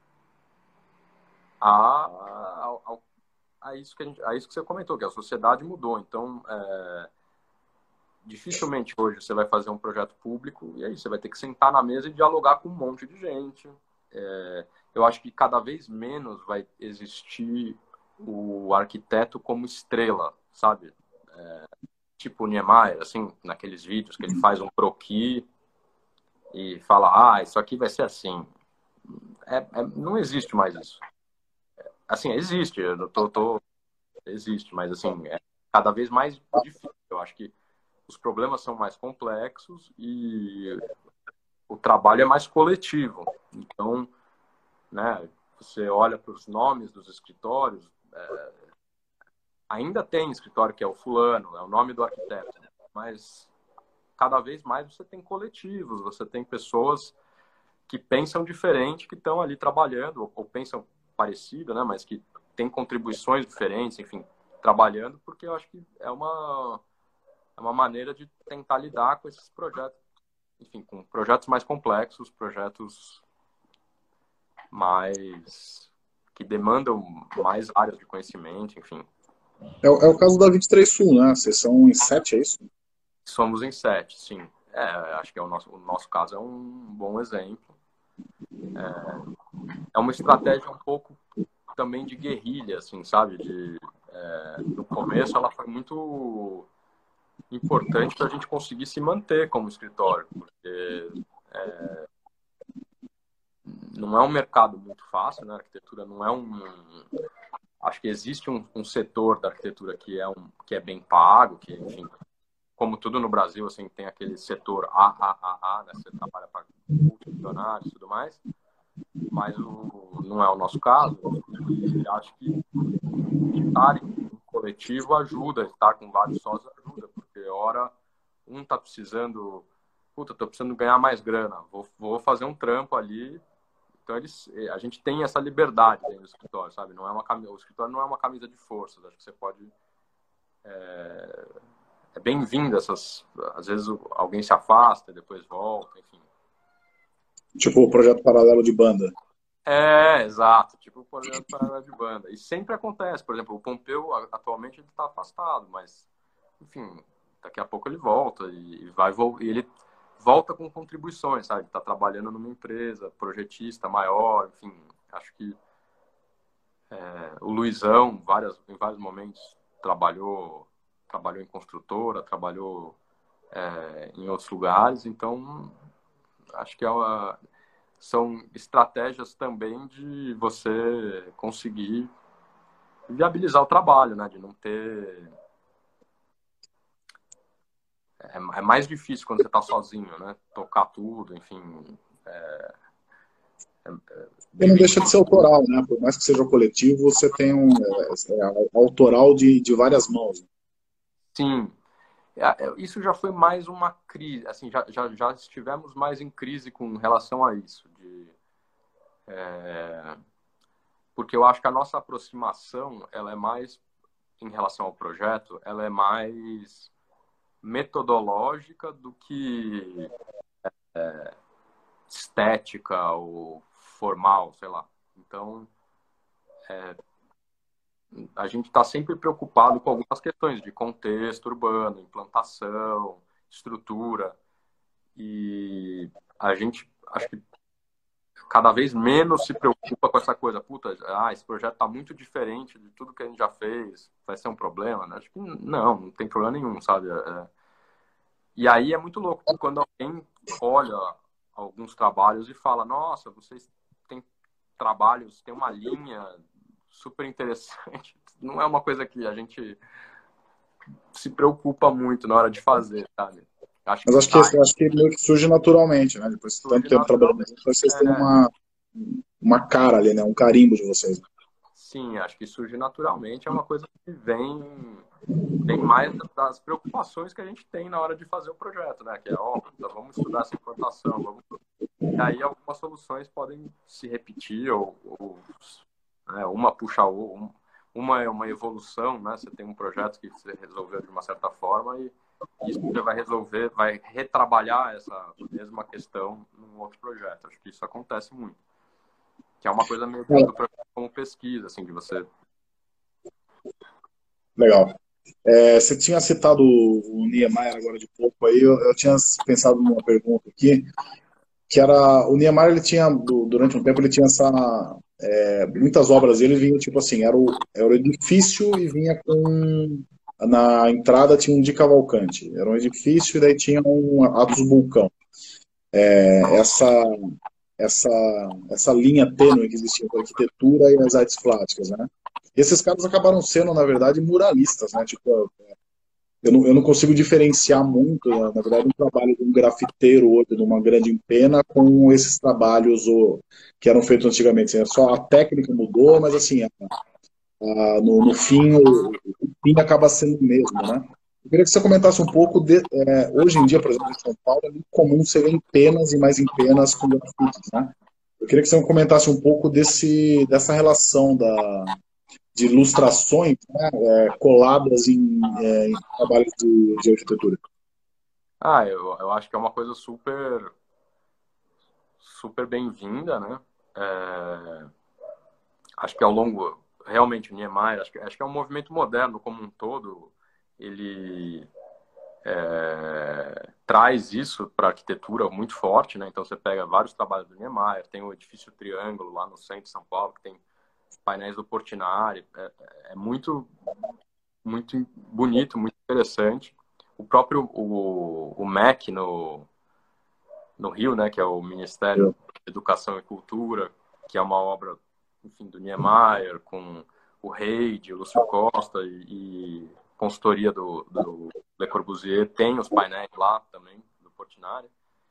a, a, a, isso que a, gente, a isso que você comentou, que a sociedade mudou. Então, é, dificilmente hoje você vai fazer um projeto público e aí você vai ter que sentar na mesa e dialogar com um monte de gente. É, eu acho que cada vez menos vai existir o arquiteto como estrela, sabe? É, tipo o Niemeyer, assim, naqueles vídeos que ele faz um croquis e fala, ah, isso aqui vai ser assim. É, é, não existe mais isso. Assim, existe, eu tô, tô, existe, mas assim, é cada vez mais difícil. Eu acho que os problemas são mais complexos e o trabalho é mais coletivo. Então, né, você olha para os nomes dos escritórios, é, ainda tem escritório que é o fulano, é o nome do arquiteto, mas cada vez mais você tem coletivos, você tem pessoas que pensam diferente, que estão ali trabalhando, ou, ou pensam parecido, né, mas que têm contribuições diferentes, enfim, trabalhando, porque eu acho que é uma, é uma maneira de tentar lidar com esses projetos, enfim, com projetos mais complexos, projetos mais que demandam mais áreas de conhecimento, enfim. É, é o caso da vinte e três Sul, né? Vocês são em sete, é isso? Somos em sete, sim. É, acho que é o nosso, o nosso caso é um bom exemplo. É, é uma estratégia um pouco também de guerrilha, assim, sabe? De, é, no começo ela foi muito importante para a gente conseguir se manter como escritório, porque é, não é um mercado muito fácil, né? A arquitetura não é um... Acho que existe um, um setor da arquitetura que é, um, que é bem pago, que, enfim, como tudo no Brasil, assim, tem aquele setor A, A, A, A, né? Você trabalha para multimilionários e tudo mais, mas o, não é o nosso caso, e acho que estar em um coletivo ajuda, estar com vários sócios ajuda, porque hora um tá precisando, puta, tô precisando ganhar mais grana, vou, vou fazer um trampo ali. Então eles, a gente tem essa liberdade dentro do escritório, sabe? Não é uma camisa, o escritório não é uma camisa de forças, acho que você pode é, é bem-vindo essas... Às vezes alguém se afasta, depois volta, enfim. Tipo o projeto paralelo de banda. É, exato, tipo o projeto paralelo de banda. E sempre acontece, por exemplo, o Pompeu atualmente ele está afastado, mas, enfim, daqui a pouco ele volta e vai e ele volta com contribuições, sabe? Está trabalhando numa empresa, projetista maior, enfim, acho que é, o Luizão, várias, em vários momentos, trabalhou, trabalhou em construtora, trabalhou é, em outros lugares, então acho que é uma, são estratégias também de você conseguir viabilizar o trabalho, né? De não ter... É, é mais difícil quando você está sozinho, né? Tocar tudo, enfim... É, é, é, E não deixa de ser autoral, né? Por mais que seja coletivo, você tem um é, é, autoral de, de várias mãos. sim. Isso já foi mais uma crise, assim, já, já, já estivemos mais em crise com relação a isso, de, é, porque eu acho que a nossa aproximação, ela é mais, em relação ao projeto, ela é mais metodológica do que é, estética ou formal, sei lá. Então, é, a gente está sempre preocupado com algumas questões de contexto urbano, implantação, estrutura, e a gente, acho que cada vez menos se preocupa com essa coisa. Puta, ah, esse projeto está muito diferente de tudo que a gente já fez, vai ser um problema, né? Acho que não, não tem problema nenhum, sabe? É... E aí é muito louco, quando alguém olha alguns trabalhos e fala, nossa, vocês têm trabalhos, tem uma linha super interessante. Não é uma coisa que a gente se preocupa muito na hora de fazer, sabe? Acho Mas que acho que, sai, acho que meio que surge naturalmente, né? Depois de tanto surge tempo trabalhando naturalmente. junto, vocês têm É, uma, uma cara ali, né? Um carimbo de vocês. sim, acho que surge naturalmente. É uma coisa que vem, vem mais das preocupações que a gente tem na hora de fazer o projeto, né? Que é, ó, vamos estudar essa implantação, vamos... E aí algumas soluções podem se repetir, ou, ou né, uma puxa a outra. Uma é uma evolução, né? Você tem um projeto que você resolveu de uma certa forma e isso você vai resolver, vai retrabalhar essa mesma questão num outro projeto. Acho que isso acontece muito. Que é uma coisa meio do projeto como pesquisa, assim, de você... Legal. É, você tinha citado o Niemeyer agora de pouco aí, eu, eu tinha pensado numa pergunta aqui, que era, o Niemeyer, ele tinha, durante um tempo, ele tinha essa, é, muitas obras dele vinham, tipo assim, era o, era o edifício e vinha com, na entrada tinha um de Cavalcante, era um edifício e daí tinha um Atos Vulcão. É, essa, essa, essa linha tênue que existia entre a arquitetura e as artes plásticas, né? E esses caras acabaram sendo, na verdade, muralistas, né? Tipo, eu não, eu não consigo diferenciar muito, né? Na verdade, um trabalho de um grafiteiro hoje, de uma grande empena, com esses trabalhos o, que eram feitos antigamente. Assim, só a técnica mudou, mas assim, a, a, no, no fim, o, o fim acaba sendo o mesmo, né? Eu queria que você comentasse um pouco de, é, hoje em dia, por exemplo, em São Paulo, é muito comum você ver empenas e mais empenas com grafites, né? Eu queria que você comentasse um pouco desse, dessa relação da, de ilustrações, né, é, coladas em, é, em trabalhos de, de arquitetura. Ah, eu, eu acho que é uma coisa super, super bem-vinda, né? É, acho que ao longo, realmente, o Niemeyer, acho que, acho que é um movimento moderno como um todo, ele é, traz isso para a arquitetura muito forte, né? Então você pega vários trabalhos do Niemeyer, tem o edifício Triângulo lá no centro de São Paulo, que tem painéis do Portinari, é, é muito, muito bonito, muito interessante. O próprio o, o M E C no, no Rio, né, que é o Ministério de Educação e Cultura, que é uma obra, enfim, do Niemeyer, com o Reid, o Lúcio Costa e, e consultoria do, do Le Corbusier, tem os painéis lá também, do Portinari.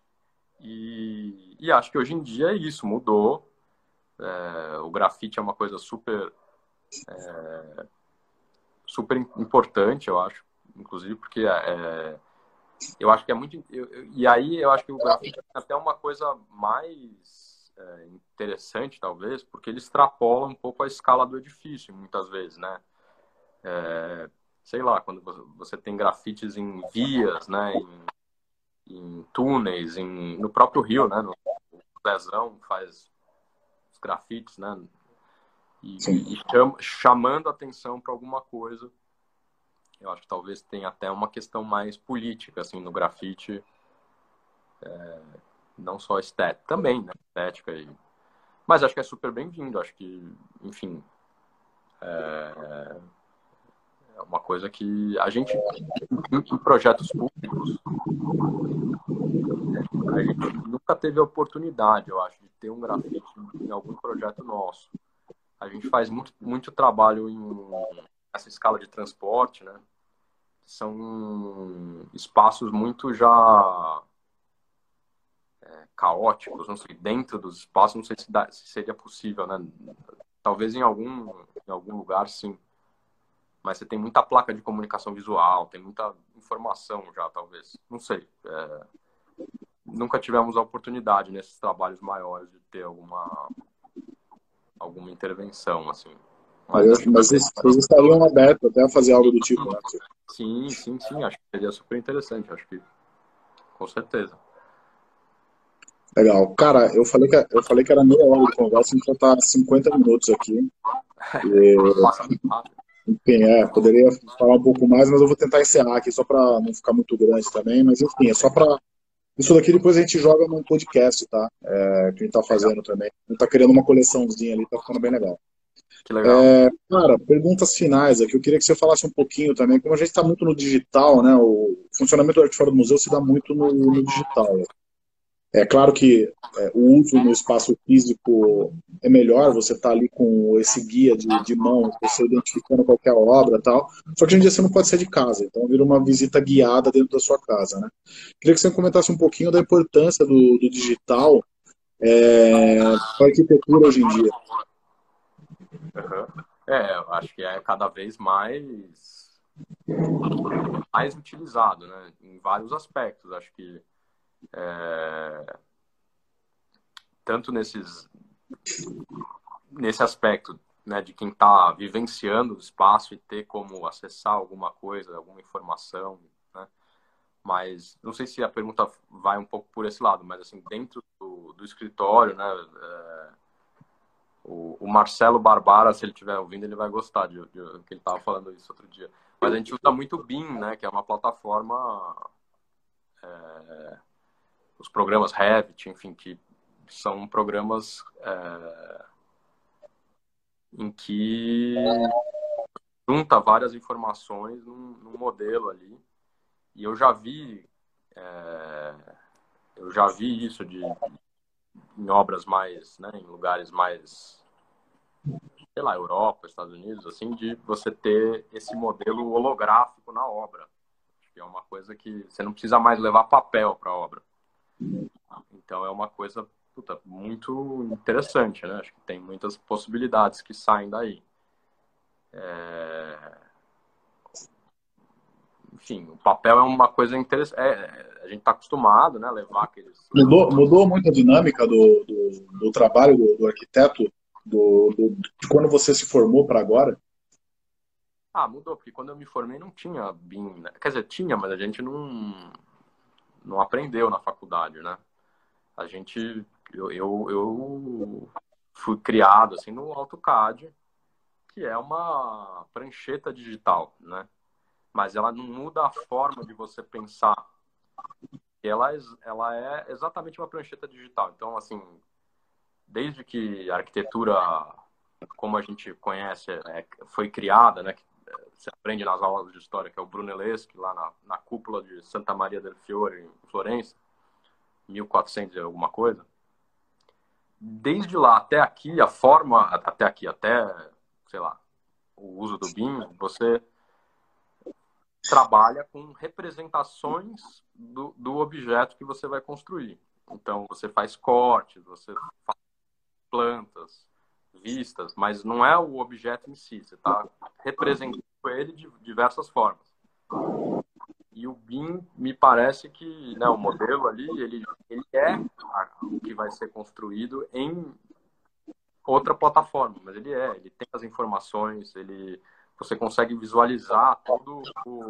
E, e acho que hoje em dia é isso, mudou. É, o grafite é uma coisa super, é, super importante, eu acho, inclusive, porque é, eu acho que é muito... Eu, eu, e aí eu acho que o grafite é até uma coisa mais é, interessante, talvez, porque ele extrapola um pouco a escala do edifício, muitas vezes, né? É, sei lá, quando você tem grafites em vias, né, em, em túneis, em, no próprio Rio, né, no Zezão faz os grafites, né, e, e cham, chamando atenção para alguma coisa. Eu acho que talvez tenha até uma questão mais política, assim, no grafite, é, não só estética, também, né, estética. E... Mas acho que é super bem-vindo, acho que, enfim, é, é uma coisa que a gente, em projetos públicos, a gente nunca teve a oportunidade, eu acho, de ter um grafite em algum projeto nosso. A gente faz muito, muito trabalho em essa escala de transporte, né? São espaços muito já é, caóticos, não sei, dentro dos espaços, não sei se, dá, se seria possível, né? Talvez em algum, em algum lugar, sim. Mas você tem muita placa de comunicação visual, tem muita informação já, talvez. Não sei. É... Nunca tivemos a oportunidade nesses trabalhos maiores de ter alguma, alguma intervenção, assim. Mas, mas, mas vocês, vocês estariam abertos até a fazer algo do tipo, né? Sim, sim, sim. Acho que seria super interessante. Acho que, com certeza. Legal. Cara, eu falei que, eu falei que era meia hora de conversa, a gente já está cinquenta minutos aqui. E, enfim, é, poderia falar um pouco mais, mas eu vou tentar encerrar aqui só para não ficar muito grande também. Mas, enfim, é só para... Isso daqui depois a gente joga num podcast, tá? É, que a gente tá fazendo também. A gente tá criando uma coleçãozinha ali, tá ficando bem legal. Que legal. É, cara, perguntas finais aqui. Eu queria que você falasse um pouquinho também, como a gente está muito no digital, né? O funcionamento do Arte Fora do Museu se dá muito no, no digital. É claro que é, o uso no espaço físico é melhor, você tá ali com esse guia de, de mão, você identificando qualquer obra e tal. Só que hoje em dia você não pode sair de casa, então vira uma visita guiada dentro da sua casa, né? Queria que você comentasse um pouquinho da importância do, do digital é, para a arquitetura hoje em dia. Uhum. É, eu acho que é cada vez mais mais utilizado, né? Em vários aspectos. Acho que é, tanto nesses nesse aspecto, né, de quem está vivenciando o espaço e ter como acessar alguma coisa, alguma informação, né? Mas não sei se a pergunta vai um pouco por esse lado, mas assim, dentro do, do escritório, né, é, o, o Marcelo Barbara, se ele estiver ouvindo, ele vai gostar de, de, de que ele estava falando isso outro dia. Mas a gente usa muito o BIM, né, que é uma plataforma, é, os programas Revit, enfim, que são programas é, em que junta várias informações num, num modelo ali. E eu já vi é, eu já vi isso de, em obras mais, né, em lugares mais, sei lá, Europa, Estados Unidos, assim, de você ter esse modelo holográfico na obra. Que é uma coisa que você não precisa mais levar papel para a obra. Então é uma coisa, puta, muito interessante, né? Acho que tem muitas possibilidades que saem daí. É... Enfim, o papel é uma coisa interessante. É, a gente está acostumado, né, a levar aqueles... Mudou, mudou muito a dinâmica do, do, do trabalho do, do arquiteto, do, do, de quando você se formou para agora? Ah, mudou, porque quando eu me formei não tinha BIM, né? Quer dizer, tinha, mas a gente não, não aprendeu na faculdade, né? A gente, eu, eu, eu fui criado assim no AutoCAD, que é uma prancheta digital, né? Mas ela não muda a forma de você pensar. Ela, ela é exatamente uma prancheta digital. Então, assim, desde que a arquitetura, como a gente conhece, é, foi criada, né? Você aprende nas aulas de história, que é o Brunelleschi, lá na, na cúpula de Santa Maria del Fiore, em Florença, mil e quatrocentos e alguma coisa. Desde lá até aqui, a forma, até aqui, até, sei lá, o uso do BIM, você trabalha com representações do, do objeto que você vai construir. Então, você faz cortes, você faz plantas, vistas, mas não é o objeto em si, você está representando ele de diversas formas. E o BIM, me parece que, né, o modelo ali, ele, ele é o que vai ser construído em outra plataforma, mas ele é, ele tem as informações, ele você consegue visualizar todo o...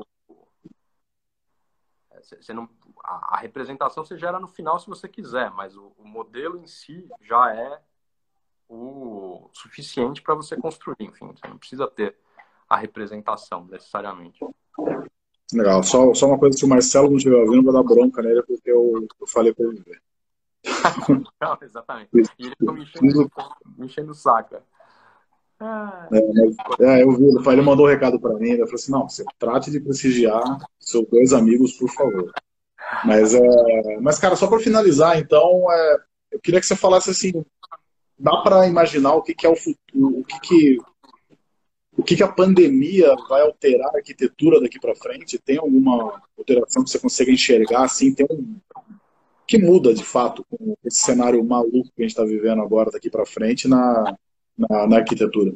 Você não, a, a representação você gera no final se você quiser, mas o, o modelo em si já é o suficiente para você construir. Enfim, você não precisa ter a representação necessariamente. Legal. Só, só uma coisa, se o Marcelo não estiver ouvindo, eu vou dar bronca nele, porque eu, eu falei para ele ver. Não, exatamente. E ele ficou me enchendo, me enchendo o saco. Ah, É, mas, é, eu vi, ele mandou um recado para mim, ele falou assim, não, você trate de prestigiar seus dois amigos, por favor. Mas, é, mas cara, só para finalizar, então, é, eu queria que você falasse assim, dá para imaginar o que, que é o futuro, o que, que, o que, que a pandemia vai alterar a arquitetura daqui para frente? Tem alguma alteração que você consiga enxergar, assim, tem um que muda de fato com esse cenário maluco que a gente está vivendo agora daqui para frente na, na, na arquitetura?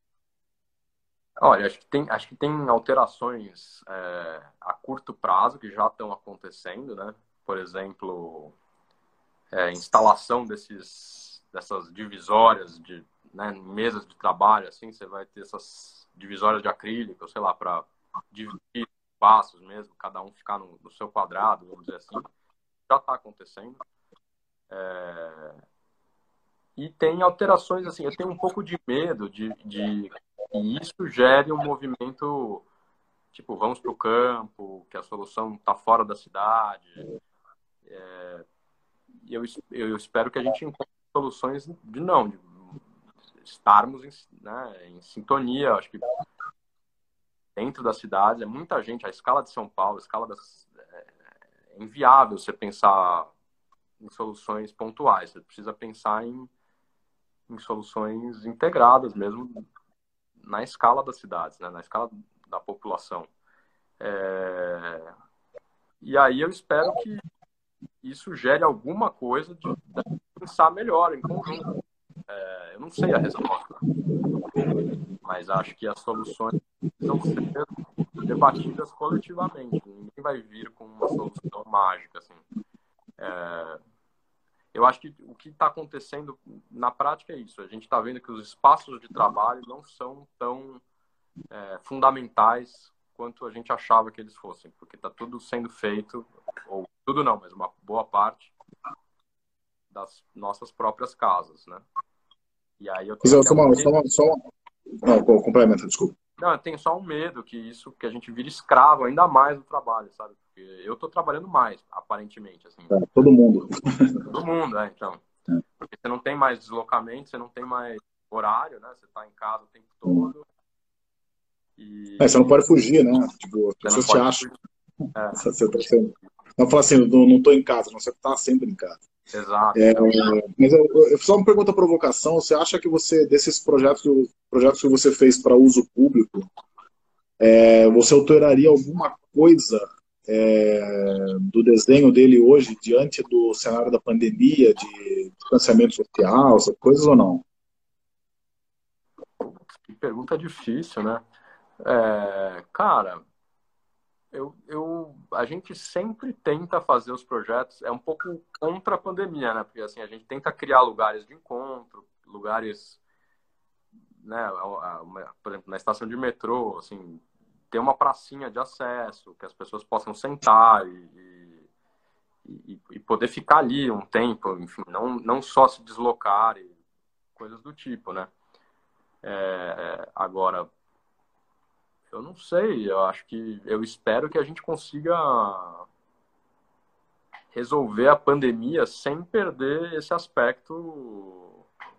olha, acho que tem, acho que tem alterações é, a curto prazo que já estão acontecendo, né? Por exemplo, é, instalação desses, dessas divisórias de, né, mesas de trabalho, assim, você vai ter essas divisórias de acrílico, sei lá, para dividir espaços mesmo, cada um ficar no, no seu quadrado, vamos dizer assim, já está acontecendo. É, e tem alterações, assim, eu tenho um pouco de medo de, de que isso gere um movimento, tipo, vamos para o campo, que a solução está fora da cidade. É, e eu, eu espero que a gente encontre soluções de não, de estarmos em, né, em sintonia. Acho que dentro das cidades é muita gente, a escala de São Paulo, a escala das, é inviável você pensar em soluções pontuais. Você precisa pensar em, em soluções integradas mesmo na escala das cidades, né, na escala da população. É, e aí eu espero que isso gere alguma coisa de, de pensar melhor em conjunto. É, eu não sei a resposta, mas acho que as soluções precisam ser debatidas coletivamente. Ninguém vai vir com uma solução mágica, assim. É, eu acho que o que está acontecendo na prática é isso. A gente está vendo que os espaços de trabalho não são tão é, fundamentais quanto a gente achava que eles fossem, porque está tudo sendo feito, ou tudo não, mas uma boa parte das nossas próprias casas, né? E aí eu tenho Só até um uma, só medo... uma, só uma... Não, complementa, desculpa. Não, eu tenho só um medo que isso, que a gente vire escravo ainda mais do trabalho, sabe? Porque eu tô trabalhando mais, aparentemente, assim. É, todo mundo. Todo mundo, é, então. Porque você não tem mais deslocamento, você não tem mais horário, né? Você tá em casa o tempo todo. E... É, você não pode fugir, né? Tipo, as pessoas te acham. É. Você tá sendo... Não fala assim, não, não tô em casa, não, você tá sempre em casa. Exato. É, então... Mas eu, eu, só uma pergunta provocação, você acha que você, desses projetos, projetos que você fez para uso público, é, você alteraria alguma coisa é, do desenho dele hoje, diante do cenário da pandemia, de distanciamento social, essas coisas ou não? Que pergunta difícil, né? É, cara, eu, eu, a gente sempre tenta fazer os projetos, é um pouco contra a pandemia, né? Porque assim, a gente tenta criar lugares de encontro, lugares, né? Por exemplo, na estação de metrô, assim, ter uma pracinha de acesso, que as pessoas possam sentar e, e, e poder ficar ali um tempo, enfim, não, não só se deslocar e coisas do tipo, né? É, agora, eu não sei, eu acho que, eu espero que a gente consiga resolver a pandemia sem perder esse aspecto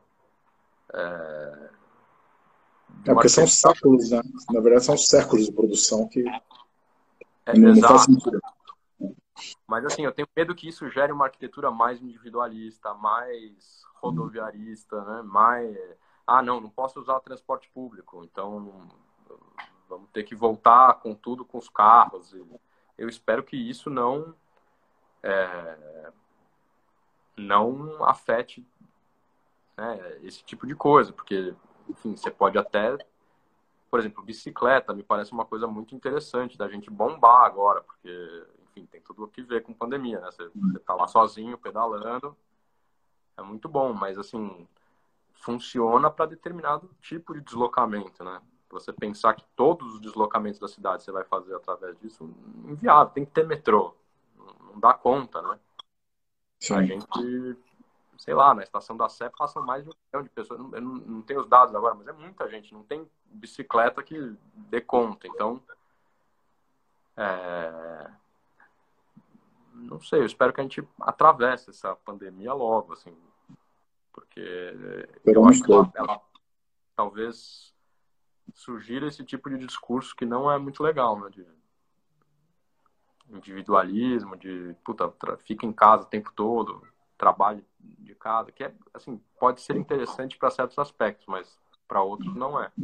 é, de É uma porque são arquitetura. séculos, né? Na verdade, são séculos de produção que É, não, não faz exato. sentido. Mas assim, eu tenho medo que isso gere uma arquitetura mais individualista, mais rodoviarista, né? Mais, ah, não, não posso usar o transporte público, então vamos ter que voltar com tudo com os carros. Eu espero que isso não é, não afete, né, esse tipo de coisa, porque, enfim, você pode até, por exemplo, bicicleta me parece uma coisa muito interessante da gente bombar agora, porque, enfim, tem tudo a ver com pandemia, né? Você, você tá lá sozinho, pedalando, é muito bom, mas, assim, funciona para determinado tipo de deslocamento, né? Você pensar que todos os deslocamentos da cidade você vai fazer através disso, inviável. Tem que ter metrô. Não dá conta, né? Sim. A gente, sei lá, na estação da Sé passam mais de um milhão de pessoas. Eu não, não tenho os dados agora, mas é muita gente. Não tem bicicleta que dê conta. Então, é... não sei, eu espero que a gente atravesse essa pandemia logo, assim. Porque eu, eu acho que ela, ela talvez surgir esse tipo de discurso que não é muito legal, né? De individualismo, de puta, fica em casa o tempo todo, trabalho de casa, que é, assim, pode ser interessante para certos aspectos, mas para outros não é.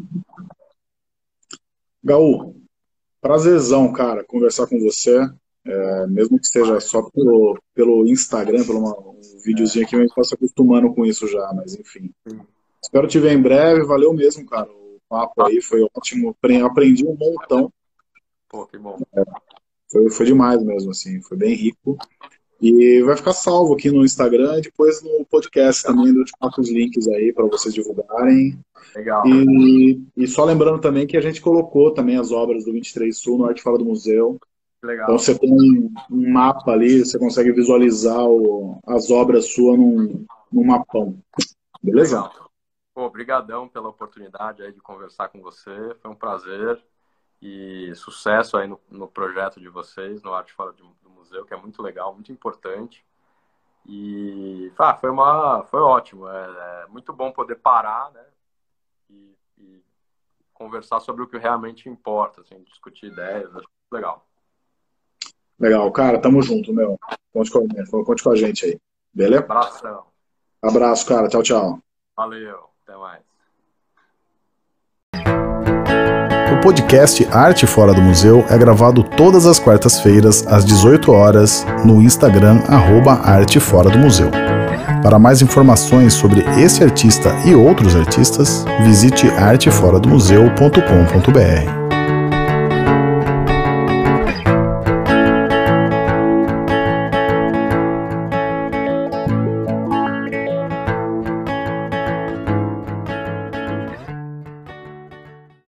Gaú, prazerzão, cara, conversar com você, é, mesmo que seja só pelo, pelo Instagram, pelo uma, um videozinho aqui, a gente tá se acostumando com isso já, mas enfim. Sim. Espero te ver em breve, valeu mesmo, cara. O papo aí foi ótimo, aprendi um montão. Pô, que bom. É, foi, foi demais mesmo, assim, foi bem rico. E vai ficar salvo aqui no Instagram e depois no podcast também, eu te passo os links aí para vocês divulgarem. Legal. E, e só lembrando também que a gente colocou também as obras do vinte e três Sul no Arte Fora do Museu. Legal. Então você tem um, um mapa ali, você consegue visualizar o, as obras suas num, num mapão. Beleza? Legal. Pô, obrigadão pela oportunidade aí de conversar com você, foi um prazer e sucesso aí no, no projeto de vocês, no Arte Fora do Museu, que é muito legal, muito importante. E ah, foi, uma, foi ótimo, é, é muito bom poder parar, né, e, e conversar sobre o que realmente importa, assim, discutir ideias, acho muito legal. Legal, cara, tamo junto, meu. Conte com, conte com a gente aí, beleza? Abração. Abraço, cara, tchau, tchau. Valeu, até mais. O podcast Arte Fora do Museu é gravado todas as quartas-feiras, às dezoito horas, no Instagram, arroba Arte Fora do Museu. Para mais informações sobre esse artista e outros artistas, visite arte fora do museu ponto com ponto br.